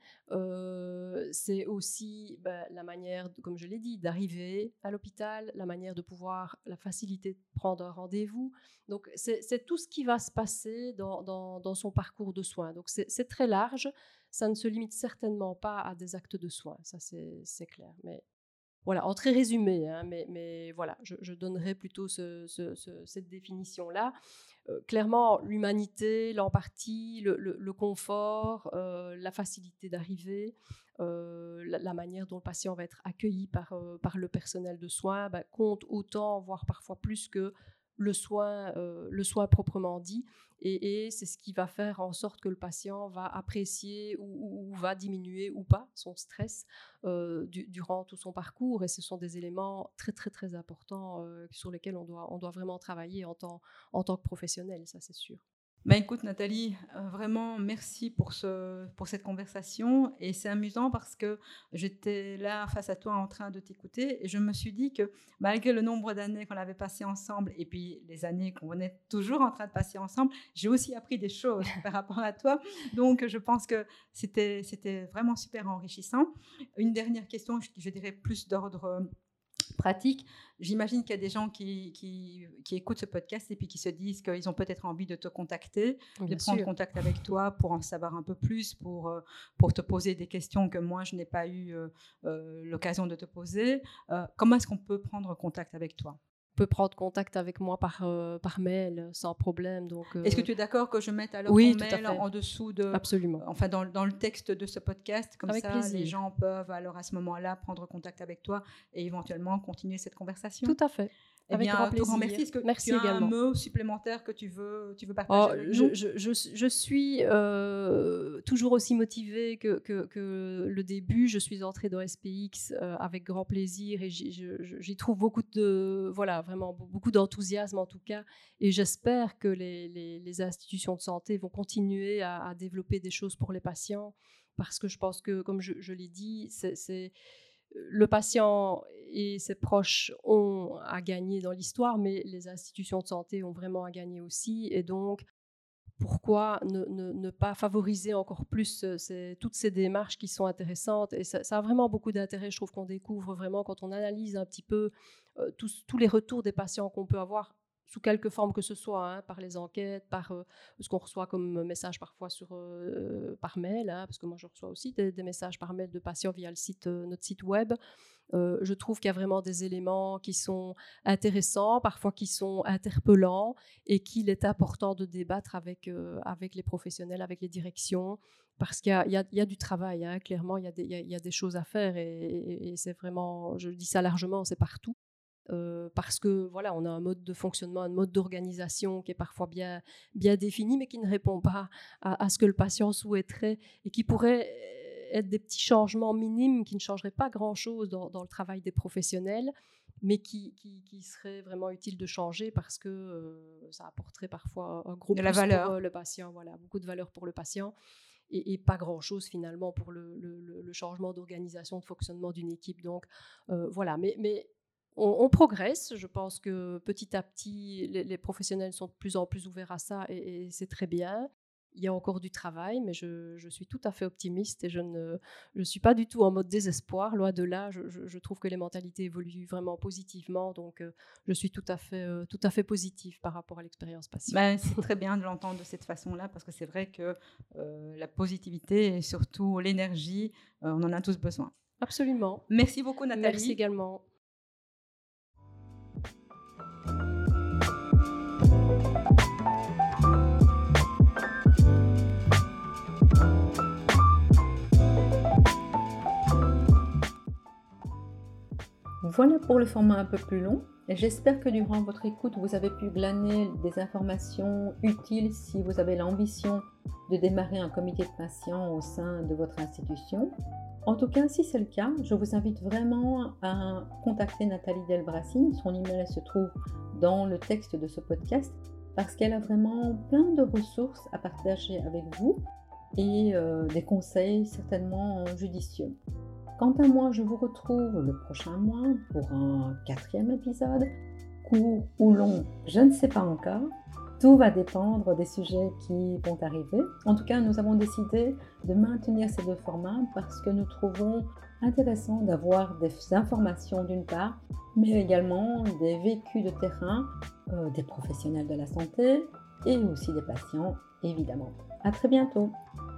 Euh, c'est aussi ben, la manière, comme je l'ai dit, d'arriver à l'hôpital, la manière de pouvoir, la facilité de prendre un rendez-vous. Donc, c'est, c'est tout ce qui va se passer dans, dans, dans son parcours de soins. Donc, c'est, c'est très large. Ça ne se limite certainement pas à des actes de soins. Ça, c'est, c'est clair. Mais voilà, en très résumé, hein, mais, mais voilà, je, je donnerai plutôt ce, ce, ce, cette définition-là. Euh, clairement, l'humanité, l'empathie, le, le, le confort, euh, la facilité d'arriver, euh, la, la manière dont le patient va être accueilli par, euh, par le personnel de soins bah, compte autant, voire parfois plus que le soin, euh, le soin proprement dit. Et, et c'est ce qui va faire en sorte que le patient va apprécier ou, ou, ou va diminuer ou pas son stress euh, du, durant tout son parcours. Et ce sont des éléments très, très, très importants euh, sur lesquels on doit, on doit vraiment travailler en tant, en tant que professionnel, ça c'est sûr. Ben écoute Nathalie, euh, vraiment merci pour, ce, pour cette conversation et c'est amusant parce que j'étais là face à toi en train de t'écouter et je me suis dit que malgré le nombre d'années qu'on avait passées ensemble et puis les années qu'on est toujours en train de passer ensemble, j'ai aussi appris des choses par rapport à toi, donc je pense que c'était, c'était vraiment super enrichissant. Une dernière question, je, je dirais plus d'ordre pratique. J'imagine qu'il y a des gens qui, qui, qui écoutent ce podcast et puis qui se disent qu'ils ont peut-être envie de te contacter, Bien de prendre sûr. contact avec toi pour en savoir un peu plus, pour, pour te poser des questions que moi, je n'ai pas eu euh, l'occasion de te poser. Euh, comment est-ce qu'on peut prendre contact avec toi ? Peut prendre contact avec moi par, euh, par mail sans problème. Donc, euh... Est-ce que tu es d'accord que je mette alors oui, ton mail en dessous de, absolument. Euh, enfin dans, dans le texte de ce podcast, comme avec ça plaisir. Les gens peuvent alors à ce moment-là prendre contact avec toi et éventuellement continuer cette conversation. Tout à fait. Eh avec bien, grand un plaisir. Tout grand merci. Est-ce que merci tu as également. un mot supplémentaire que tu veux, tu veux partager oh, avec je, nous ? je, je, je suis euh, toujours aussi motivée que, que, que le début. Je suis entrée dans S P X euh, avec grand plaisir et j'y, je, j'y trouve beaucoup de, voilà, vraiment beaucoup d'enthousiasme en tout cas. Et j'espère que les, les, les institutions de santé vont continuer à, à développer des choses pour les patients parce que je pense que, comme je, je l'ai dit, c'est, c'est le patient et ses proches ont à gagner dans l'histoire, mais les institutions de santé ont vraiment à gagner aussi. Et donc, pourquoi ne, ne, ne pas favoriser encore plus ces, toutes ces démarches qui sont intéressantes ? Et ça, ça a vraiment beaucoup d'intérêt. Je trouve qu'on découvre vraiment, quand on analyse un petit peu euh, tous, tous les retours des patients qu'on peut avoir, sous quelque forme que ce soit, hein, par les enquêtes, par euh, ce qu'on reçoit comme message parfois sur, euh, par mail, hein, parce que moi je reçois aussi des, des messages par mail de patients via le site, euh, notre site web. Euh, je trouve qu'il y a vraiment des éléments qui sont intéressants, parfois qui sont interpellants et qu'il est important de débattre avec, euh, avec les professionnels, avec les directions, parce qu'il y a, il y a, il y a du travail, hein, clairement, il y, a des, il, y a, il y a des choses à faire et, et, et c'est vraiment, je dis ça largement, c'est partout. Euh, parce que voilà, on a un mode de fonctionnement, un mode d'organisation qui est parfois bien, bien défini, mais qui ne répond pas à, à ce que le patient souhaiterait et qui pourrait être des petits changements minimes qui ne changeraient pas grand-chose dans, dans le travail des professionnels, mais qui, qui, qui seraient vraiment utiles de changer parce que euh, ça apporterait parfois un gros de plus la valeur pour euh, le patient, voilà, beaucoup de valeur pour le patient. Et, et pas grand-chose finalement pour le, le, le changement d'organisation, de fonctionnement d'une équipe. Donc euh, voilà, mais, mais On, on progresse. Je pense que petit à petit, les, les professionnels sont de plus en plus ouverts à ça et, et c'est très bien. il y a encore du travail, mais je, je suis tout à fait optimiste et je ne je suis pas du tout en mode désespoir. Loin de là, je, je- je trouve que les mentalités évoluent vraiment positivement, donc euh, je suis tout à fait, euh, tout à fait positive par rapport à l'expérience passée. Ben, c'est très bien de l'entendre de cette façon-là parce que c'est vrai que euh, la positivité et surtout l'énergie, euh, on en a tous besoin. Absolument. Merci beaucoup Nathalie. Merci également. Voilà pour le format un peu plus long. Et j'espère que durant votre écoute, vous avez pu glaner des informations utiles si vous avez l'ambition de démarrer un comité de patients au sein de votre institution. En tout cas, si c'est le cas, je vous invite vraiment à contacter Nathalie Delbracine. Son email se trouve dans le texte de ce podcast parce qu'elle a vraiment plein de ressources à partager avec vous et euh, des conseils certainement judicieux. Quant à moi, je vous retrouve le prochain mois pour un quatrième épisode, court ou long, je ne sais pas encore. Tout va dépendre des sujets qui vont arriver. En tout cas, nous avons décidé de maintenir ces deux formats parce que nous trouvons intéressant d'avoir des informations d'une part, mais également des vécus de terrain, euh, des professionnels de la santé et aussi des patients, évidemment. À très bientôt.